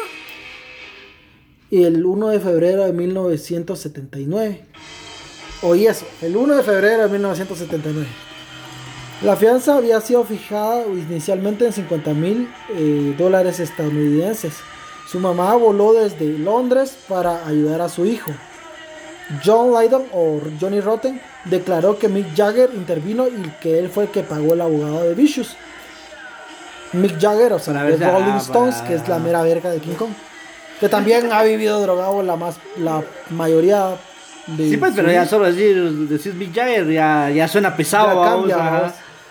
el uno de febrero de mil novecientos setenta y nueve. Oí eso, el uno de febrero de mil novecientos setenta y nueve. La fianza había sido fijada inicialmente en cincuenta mil eh, dólares estadounidenses. Su mamá voló desde Londres para ayudar a su hijo. John Lydon o Johnny Rotten declaró que Mick Jagger intervino y que él fue el que pagó el abogado de Vicious. Mick Jagger, o sea, de Rolling Stones, que es la mera verga de King Kong, que también ha vivido drogado la más la mayoría de sí, pues, pero ya solo decir, decir Mick Jagger ya, ya suena pesado. Ya cambia, vamos,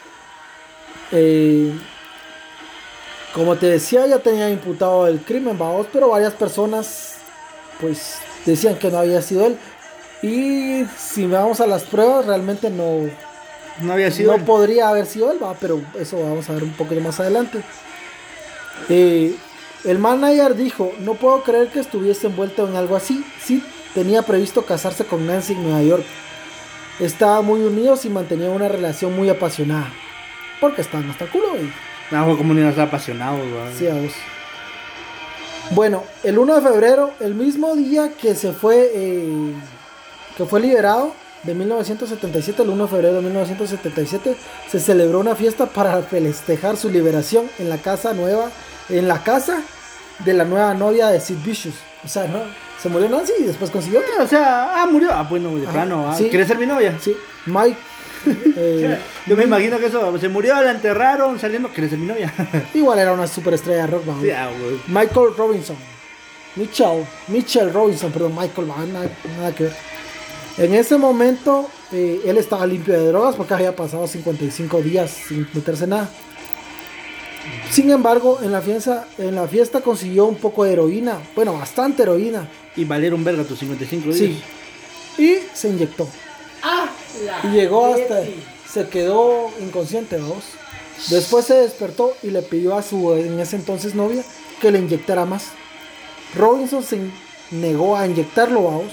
eh, como te decía, ya tenía imputado el crimen, vamos, pero varias personas pues decían que no había sido él. Y si vamos a las pruebas, realmente no, no había sido no él. podría haber sido él, va, pero eso vamos a ver un poquito más adelante. Eh, el manager dijo: no puedo creer que estuviese envuelto en algo así. Sí, tenía previsto casarse con Nancy en Nueva York. Estaban muy unidos y mantenían una relación muy apasionada. Porque estaban hasta el culo, güey. No, fue como niños apasionados, güey. Sí, a vos. Bueno, el uno de febrero, el mismo día que se fue, eh, que fue liberado de mil novecientos setenta y siete, el uno de febrero de mil novecientos setenta y siete, se celebró una fiesta para festejar su liberación en la casa nueva, en la casa de la nueva novia de Sid Vicious. O sea, no, se murió Nancy y después consiguió otra. O sea, ah, murió. Ah, bueno, de plano. Ah, sí. ¿Quieres ser mi novia? Sí, Mike. Eh, yo me imagino que eso, se murió, la enterraron, saliendo, ¿quieres ser mi novia? Igual era una superestrella de rock, sí, ah, Michael Robinson. Mitchell, Mitchell Robinson, perdón, Michael, nada, nada que ver. En ese momento, eh, él estaba limpio de drogas porque había pasado cincuenta y cinco días sin meterse nada. Sin embargo, en la fiesta, en la fiesta consiguió un poco de heroína, bueno, bastante heroína. Y valieron verga tus cincuenta y cinco días. Sí. Y se inyectó. Ah, y llegó hasta, se quedó inconsciente, vamos. Después se despertó y le pidió a su en ese entonces novia que le inyectara más. Robinson se negó a inyectarlo, vamos.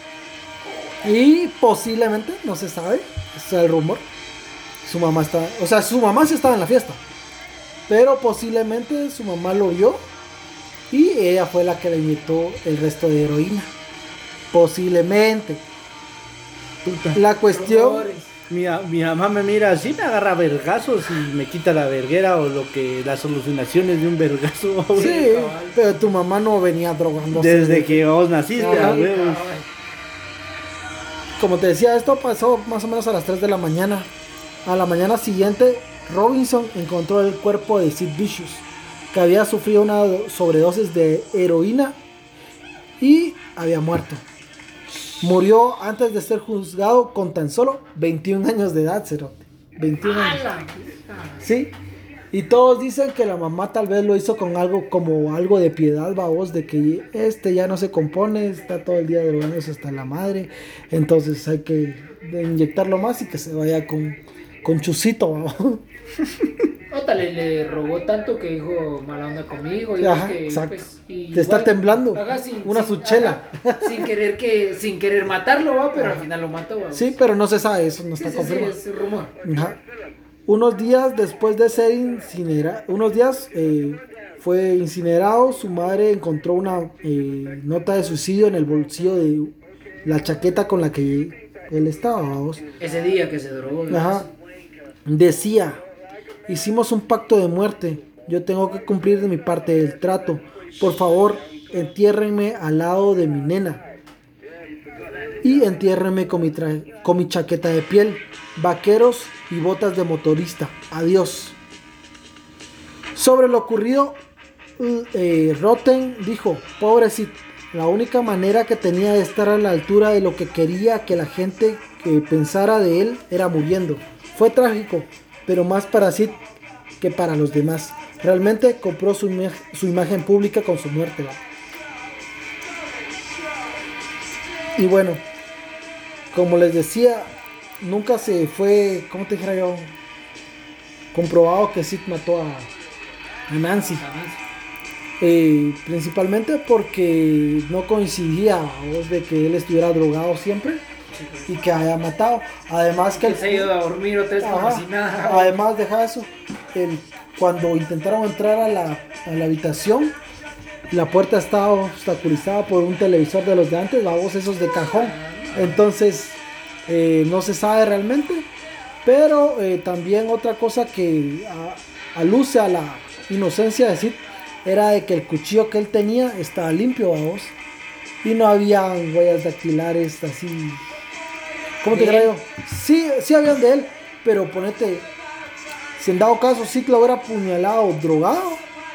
Y posiblemente, no se sabe, ese es el rumor, su mamá está, o sea, su mamá sí estaba en la fiesta, pero posiblemente su mamá lo vio y ella fue la que le inyectó el resto de heroína. Posiblemente. La cuestión, Mi, mi mamá me mira así, me agarra vergazos y me quita la verguera o lo que las solucionaciones de un vergazo. Sí, pero tu mamá no venía drogándose. Desde que vos naciste, a huevos. Como te decía, esto pasó más o menos a las tres de la mañana. A la mañana siguiente, Robinson encontró el cuerpo de Sid Vicious, que había sufrido una sobredosis de heroína y había muerto. Murió antes de ser juzgado con tan solo veintiún años de edad, cerote. veintiún años. Sí. Y todos dicen que la mamá tal vez lo hizo con algo como algo de piedad, babos, de que este ya no se compone, está todo el día drogándose hasta la madre. Entonces hay que inyectarlo más y que se vaya con, con chusito, babos. Otra le, le rogó tanto que dijo mala onda conmigo. Y Ajá, que, exacto. Pues, y te igual, está temblando. Ajá, sin, una sin, suchela. Ajá, sin querer que, sin querer matarlo, ¿va? Pero al final lo mató, ¿va? Sí, pero no se sabe, eso no sí, está sí, confirmado. sí, es rumor. Ajá. Unos días después de ser incinerado, unos días eh, fue incinerado, su madre encontró una eh, nota de suicidio en el bolsillo de la chaqueta con la que él estaba, vamos. Ese día que se drogó. Ajá. Decía: hicimos un pacto de muerte, yo tengo que cumplir de mi parte del trato, por favor entiérrenme al lado de mi nena y entiérrenme con mi, tra- con mi chaqueta de piel, vaqueros y botas de motorista, adiós. Sobre lo ocurrido, eh, Rotten dijo: pobrecito, la única manera que tenía de estar a la altura de lo que quería que la gente que pensara de él era muriendo. Fue trágico, pero más para Sid que para los demás. Realmente compró su, ima- su imagen pública con su muerte, ¿va? Y bueno, como les decía, nunca se fue, ¿cómo te dijera yo? Comprobado que Sid mató a, a Nancy. Eh, principalmente porque no coincidía, vos, de que él estuviera drogado siempre y que haya matado. Además que Que el, se ha ido a dormir otra vez como Ajá. si nada. Además, deja eso, el, cuando intentaron entrar a la, a la habitación, la puerta estaba obstaculizada por un televisor de los de antes, vamos, esos de cajón. Entonces eh, no se sabe realmente, pero eh, también otra cosa que a, aluce a la inocencia de Sid era de que el cuchillo que él tenía estaba limpio, vamos, y no había huellas dactilares así. ¿Cómo te digo? Sí, sí habían de él, pero ponete, si en dado caso Sid lo hubiera apuñalado drogado,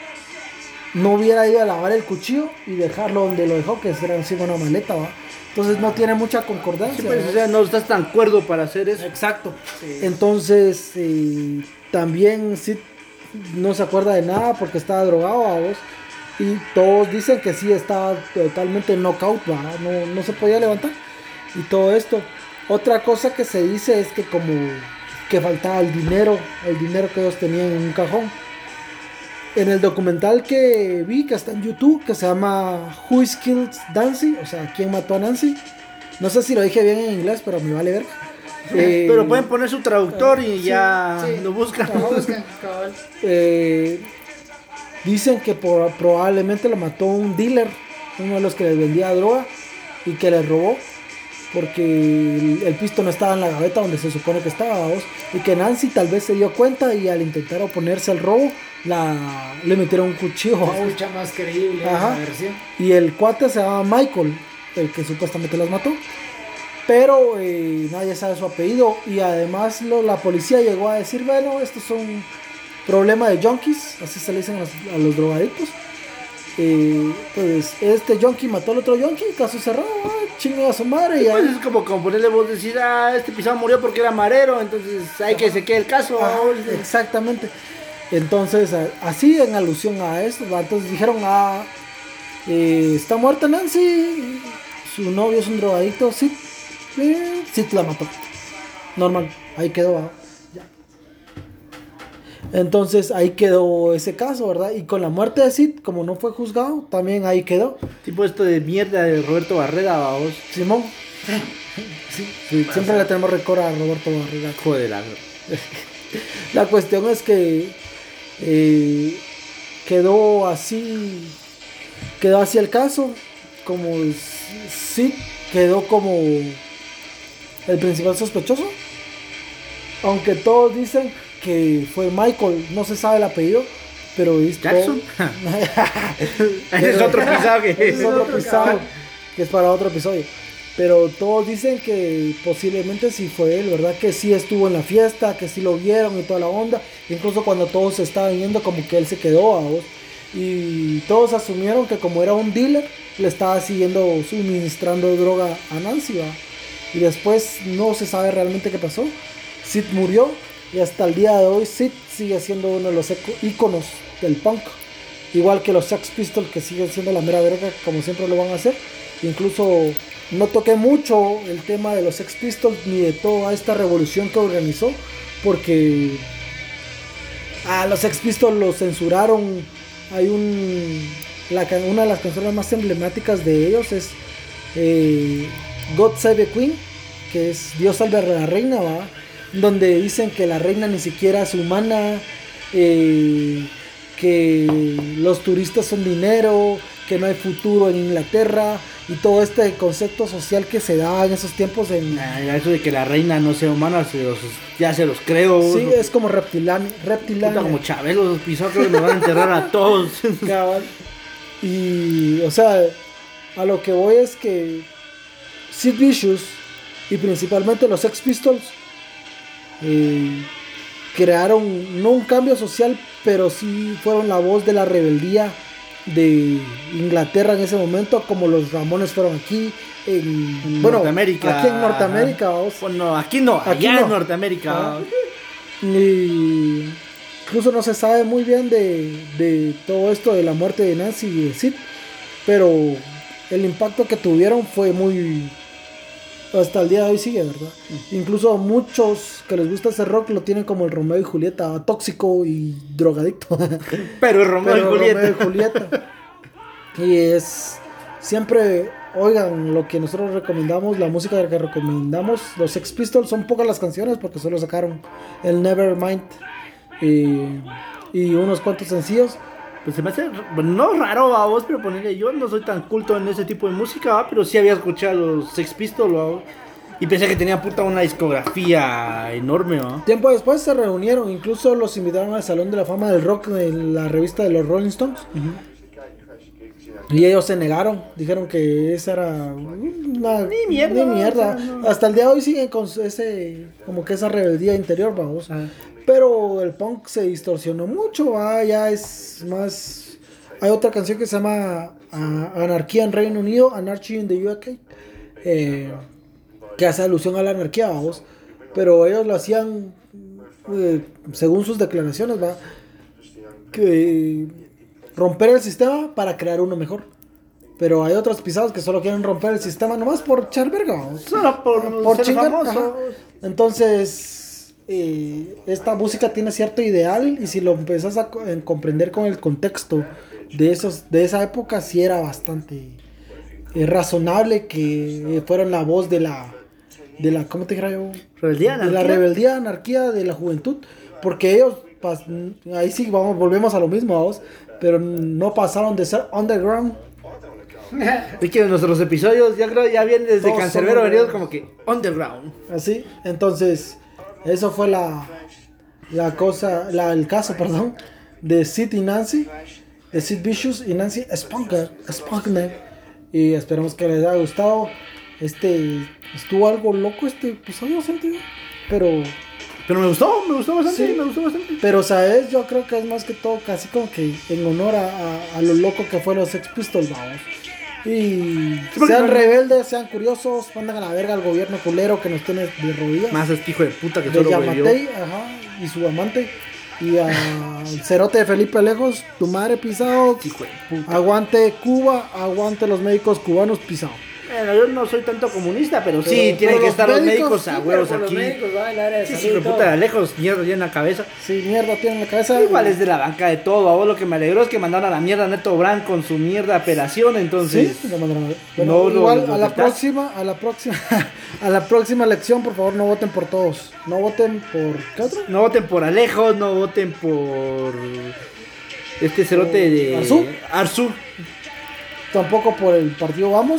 no hubiera ido a lavar el cuchillo y dejarlo donde lo dejó, que era encima de una maleta, ¿va? Entonces no tiene mucha concordancia. Sí, pues, o sea, no estás tan cuerdo para hacer eso. Exacto. Sí. Entonces eh, también Sid no se acuerda de nada porque estaba drogado, ¿va vos? Y todos dicen que sí estaba totalmente knockout, ¿va? No, no se podía levantar y todo esto. Otra cosa que se dice es que como que faltaba el dinero, el dinero que ellos tenían en un cajón. En el documental que vi, que está en YouTube, que se llama Who is Killed Nancy, o sea, ¿quién mató a Nancy? No sé si lo dije bien en inglés, pero me vale ver. Eh, Pero pueden poner su traductor y sí, ya sí. lo buscan. Ajá, buscan, cabal. eh, dicen que por- probablemente lo mató un dealer, uno de los que les vendía droga y que le robó, porque el, el pisto no estaba en la gaveta donde se supone que estaba, vamos, y que Nancy tal vez se dio cuenta y al intentar oponerse al robo, la, le metieron un cuchillo, Se vamos. escucha más creíble Ajá. esa versión. Y el cuate se llama Michael, el que supuestamente las mató. Pero eh, nadie sabe su apellido. Y además lo- la policía llegó a decir, bueno, esto es un problema de junkies, así se le dicen a los, a los drogadictos. Eh, pues este junkie mató al otro junkie, caso cerrado, ah, chingue a su madre. Y Pues ahí- es como, como ponerle voz, decir, ah, este pisado murió porque era marero, entonces hay que se quede el caso. Ajá, exactamente. Entonces, a- así en alusión a esto, ¿va? Entonces dijeron, ah, eh, está muerta Nancy, su novio es un drogadicto, sí, eh, sí la mató. Normal, ahí quedó, ¿va? Ya. Entonces ahí quedó ese caso, ¿verdad? Y con la muerte de Sid, como no fue juzgado, también ahí quedó. Tipo esto de mierda de Roberto Barrera, vamos. Simón. Sí, sí, siempre le tenemos récord a Roberto Barrera. Joder, la... La cuestión es que eh, quedó así, quedó así el caso, como sí quedó como el principal sospechoso Aunque todos dicen que fue Michael, no se sabe el apellido, pero es Jackson. Ese es otro episodio. Ese es otro episodio que es para otro episodio. Pero todos dicen que posiblemente sí fue él, ¿verdad? Que sí estuvo en la fiesta, que sí lo vieron y toda la onda. Incluso cuando todos se estaban yendo, como que él se quedó a vos. Y todos asumieron que como era un dealer, le estaba siguiendo, suministrando droga a Nancy, ¿va? Y después no se sabe realmente qué pasó. Sid murió y hasta el día de hoy Sid sigue siendo uno de los íconos del punk. Igual que los Sex Pistols, que siguen siendo la mera verga como siempre lo van a hacer. Incluso no toqué mucho el tema de los Sex Pistols ni de toda esta revolución que organizó, porque a los Sex Pistols los censuraron. Hay un la, una de las canciones más emblemáticas de ellos es eh, God Save the Queen, que es Dios salve a la reina, ¿va? Donde dicen que la reina ni siquiera es humana, eh, que los turistas son dinero, que no hay futuro en Inglaterra, y todo este concepto social que se da en esos tiempos en... Ah, eso de que la reina no sea humana, se los, ya se los creo. Sí, no, es como reptilano. reptilano. Como Chabelo, los pisos, creo que nos van a enterrar a todos. Cabal. Y, o sea, a lo que voy es que Sid Vicious y principalmente los Sex Pistols eh, crearon no un cambio social, pero sí fueron la voz de la rebeldía de Inglaterra en ese momento, como los Ramones fueron aquí en, en bueno, Norteamérica. Aquí en Norteamérica, vamos. Bueno, aquí no, aquí allá no. en Norteamérica. Ah, y incluso no se sabe muy bien de, de todo esto de la muerte de Nancy y de Sid, pero el impacto que tuvieron fue muy... hasta el día de hoy sigue, ¿verdad? Uh-huh. Incluso muchos que les gusta ese rock lo tienen como el Romeo y Julieta, tóxico y drogadicto. Pero el Romeo, Pero y, Julieta. Romeo y Julieta. Y es siempre, oigan, lo que nosotros recomendamos, la música que recomendamos, los Sex Pistols, son pocas las canciones porque solo sacaron el Nevermind y, y unos cuantos sencillos. Pues se me hace, no raro a vos, pero ponerle, yo no soy tan culto en ese tipo de música, ¿va? Pero sí había escuchado los Sex Pistols, ¿va? Y pensé que tenía puta una discografía enorme, ¿va? Tiempo después se reunieron, incluso los invitaron al Salón de la Fama del Rock de la revista de los Rolling Stones. Uh-huh. Y ellos se negaron, dijeron que esa era una, ni mierda, ni mierda. O sea, no. Hasta el día de hoy siguen con ese, como que esa rebeldía interior, vamos. Uh-huh. Pero el punk se distorsionó mucho, ¿va? Ya es más... Hay otra canción que se llama uh, Anarquía en Reino Unido, Anarchy in the U K, eh, que hace alusión a la anarquía, vamos. Pero ellos lo hacían, eh, según sus declaraciones, ¿va? Que romper el sistema para crear uno mejor. Pero hay otros pisados que solo quieren romper el sistema nomás por echar verga, vamos. Solo por, por ser chingar, famoso. Entonces... Eh, esta música tiene cierto ideal y si lo empezás a, a comprender con el contexto de esos de esa época, sí era bastante eh, razonable que eh, fueran la voz de la de la ¿cómo te dijera yo? Rebeldía, de la rebeldía, anarquía de la juventud, porque ellos pas, ahí sí vamos volvemos a lo mismo, vamos, pero no pasaron de ser underground. Es que nuestros episodios ya creo ya vienen desde Todos Cancerbero venidos como que underground. Así, entonces eso fue la, la cosa, la, el caso, perdón, de Sid y Nancy, de Sid Vicious y Nancy Spunker, Spunker. Y esperamos que les haya gustado. Este, estuvo algo loco este episodio, sentido, pero... Pero me gustó, me gustó bastante, sí, me gustó bastante. Pero, ¿sabes? Yo creo que es más que todo casi como que en honor a, a, a lo loco que fue los Sex Pistols, vamos. Y sí, sean rebeldes, sean curiosos, mandan a la verga al gobierno culero que nos tiene de rodillas. Más este hijo de puta que de solo Yamatei, ajá, y su amante. Y al cerote de Felipe Lejos, tu madre pisado. Hijo de puta. Aguante Cuba, aguante los médicos cubanos pisado. Bueno, yo no soy tanto comunista, pero, pero sí, tienen que estar los médicos a huevos aquí. Los médicos, ¿va? El área de sí, sí, hijo de puta, de lejos, mierda ya en la cabeza. Sí, mierda tiene en la cabeza. Igual es de la banca de todo, a vos lo que me alegró es que mandaron a la mierda a Neto Brand con su mierda apelación, entonces. Sí, lo mandaron a ver. Bueno, no, igual lo, lo a la próxima, a la próxima, a la próxima elección, por favor, no voten por todos. No voten por ¿qué otro? No voten por Alejos, no voten por este cerote de Arzú. Arzú. Tampoco por el partido Vamos.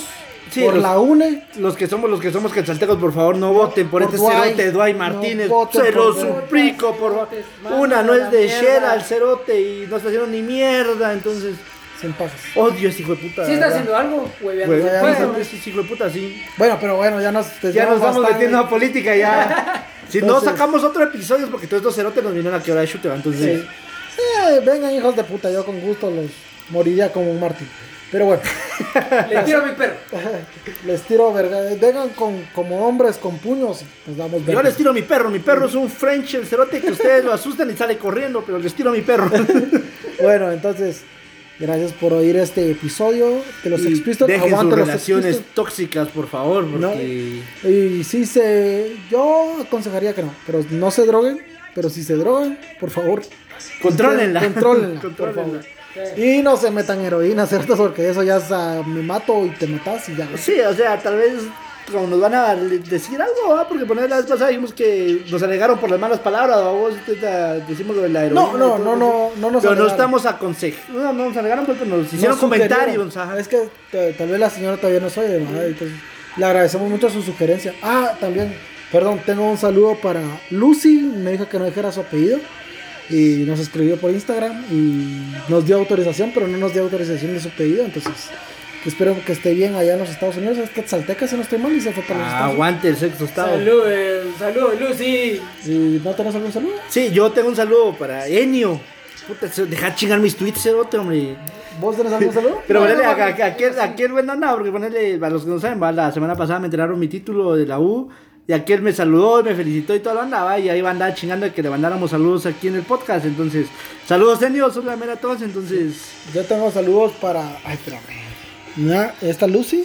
Sí, por los, la U N E. Los que somos los que somos quetzaltecos, por favor, no voten por, por este Dwight, cerote Dwight Martínez. No se lo suplico, por favor. Una no es de Shera el cerote y no está haciendo ni mierda, entonces. Sin pasas. Odio ese hijo de puta. Sí está haciendo algo, güey. Bueno, ese hijo de puta, sí. Bueno, pero bueno, ya nos Ya nos vamos metiendo a política ya. Si entonces, no sacamos otro episodio es porque todos estos cerotes nos vienen a quebrar de chute, entonces. Sí. Eh, vengan, hijos de puta, yo con gusto los moriría como un Martín. Pero bueno. Les tiro a mi perro. Les tiro verga. Vengan con, como hombres con puños. Nos damos verga. Yo les tiro a mi perro. Mi perro es un French, el cerote que ustedes lo asustan y sale corriendo, pero les tiro a mi perro. Bueno, entonces, gracias por oír este episodio de los Sex Pistols. Dejen sus relaciones tóxicas, por favor, porque... No, y si se... Yo aconsejaría que no, pero no se droguen, pero si se drogan, por favor... Contrólenla. Contrólenla, por favor. Y no se metan heroína, ¿cierto? Porque eso ya es uh, me mato y te matas y ya. Sí, o sea, tal vez como nos van a decir algo, ¿eh? Porque poner la vez pasada dijimos que nos alegaron por las malas palabras, o vos decimos lo de la heroína. No, no, no, no, no nos Pero alegaron. no estamos aconsejando, no, no nos alegaron porque nos hicieron nos comentarios. Ajá. Es que te, tal vez la señora todavía no soy, ¿no? Entonces le agradecemos mucho su sugerencia. Ah, también, perdón, tengo un saludo para Lucy, me dijo que no dijera su apellido. Y nos escribió por Instagram y nos dio autorización, pero no nos dio autorización de su pedido. Entonces, que espero que esté bien allá en los Estados Unidos. Es Quetzalteca, si no estoy mal, y se fue para los ah, Estados Unidos. Aguante el sexto estado. Saludos, saludos, Lucy. ¿Y no tenés algún saludo? Sí, yo tengo un saludo para Enio. Puta, deja chingar mis tweets, cerote, hombre. ¿Vos tenés algún saludo? Pero ponerle no, no, a, a, a, aquel, aquel buen nada, porque ponerle, para los que no saben, va, la semana pasada me entregaron mi título de la U. Y aquel me saludó, me felicitó y todo lo andaba. Y ahí va a andar chingando de que le mandáramos saludos aquí en el podcast. Entonces, saludos, Enio, sos la mera a todos. Entonces, yo tengo saludos para. Ay, espérame. Mira, esta Lucy.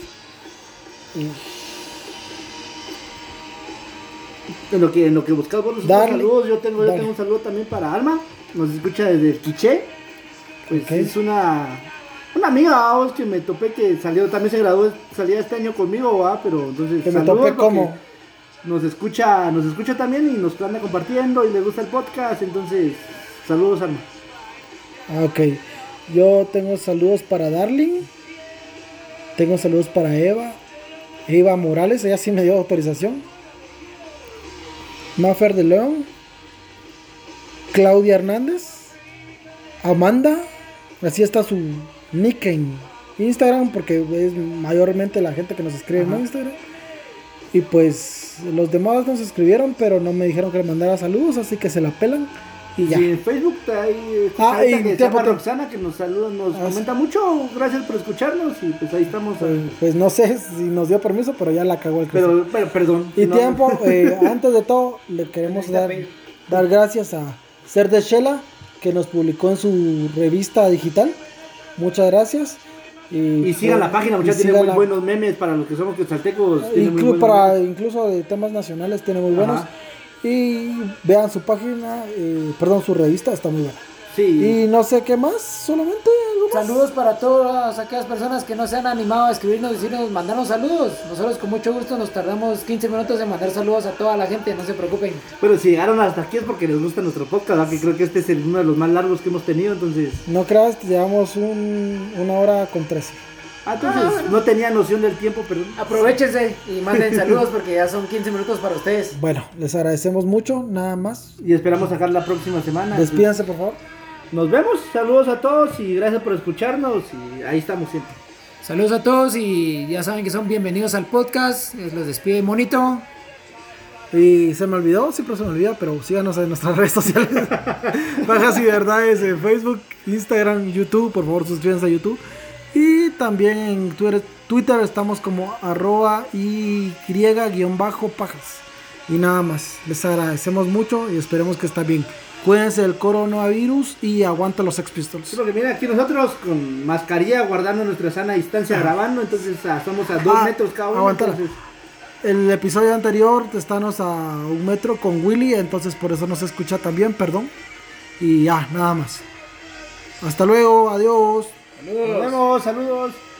En lo que, en lo que buscas vos los saludos, yo tengo, yo tengo un saludo también para Alma. Nos escucha desde el Quiché. Pues okay. Es una. Una amiga, vos, que me topé que salió, también se graduó, salía este año conmigo, ¿va? Pero entonces. Que me topé como. Nos escucha, nos escucha también y nos anda compartiendo y le gusta el podcast, entonces, saludos, Alma. Ah, ok. Yo tengo saludos para Darling. Tengo saludos para Eva. Eva Morales, ella sí me dio autorización. Mafer de León. Claudia Hernández. Amanda. Así está su nick en Instagram, porque es mayormente la gente que nos escribe Ajá. en Instagram. Y pues los demás nos escribieron, pero no me dijeron que le mandara saludos, así que se la pelan y ya. Sí, en Facebook hay ah, y que se llama Roxana, que nos saluda, nos ah, comenta sí. mucho, gracias por escucharnos y pues ahí estamos. Pues, pues no sé si nos dio permiso, pero ya la cagó el pero, pero perdón. Y no, tiempo, eh, antes de todo, le queremos dar, dar gracias a Ser de Shela, que nos publicó en su revista digital. Muchas gracias. Y, y sigan la página, muchachos, tiene muy la... buenos memes para los que somos quetzaltecos. Inclu para, incluso de temas nacionales tiene muy buenos. Ajá. Y vean su página, eh, perdón, su revista está muy buena. Sí. Y no sé qué más, solamente algo más. Saludos para todas aquellas personas que no se han animado a escribirnos, decirnos, mandarnos saludos. Nosotros con mucho gusto nos tardamos quince minutos en mandar saludos a toda la gente, no se preocupen. Pero si llegaron hasta aquí es porque les gusta nuestro podcast, que creo que este es el, uno de los más largos que hemos tenido, entonces... No creas, llevamos un, una hora con trece. Ah, entonces ah, no tenía noción del tiempo, perdón. Aprovechense y manden saludos porque ya son quince minutos para ustedes. Bueno, les agradecemos mucho, nada más. Y esperamos sacar la próxima semana. Despídanse, por favor. Nos vemos, saludos a todos y gracias por escucharnos y ahí estamos siempre. Saludos a todos y ya saben que son bienvenidos al podcast. Los despide Monito. Y se me olvidó, siempre se me olvida, pero síganos en nuestras redes sociales. Bajas y Verdades en Facebook, Instagram, YouTube, por favor suscríbanse a YouTube. Y también en Twitter, Twitter estamos como arroba y guión bajo pajas. Y nada más, les agradecemos mucho y esperemos que estén bien. Cuídense del coronavirus y aguanta los Sex Pistols. Sí, porque mira, aquí nosotros con mascarilla guardando nuestra sana distancia ah. grabando, entonces ah, estamos a dos ah, metros cada uno. Entonces... El episodio anterior estamos a un metro con Willy, entonces por eso no se escucha tan bien, perdón. Y ya, nada más. Hasta luego, adiós. Saludos. Nos vemos, saludos.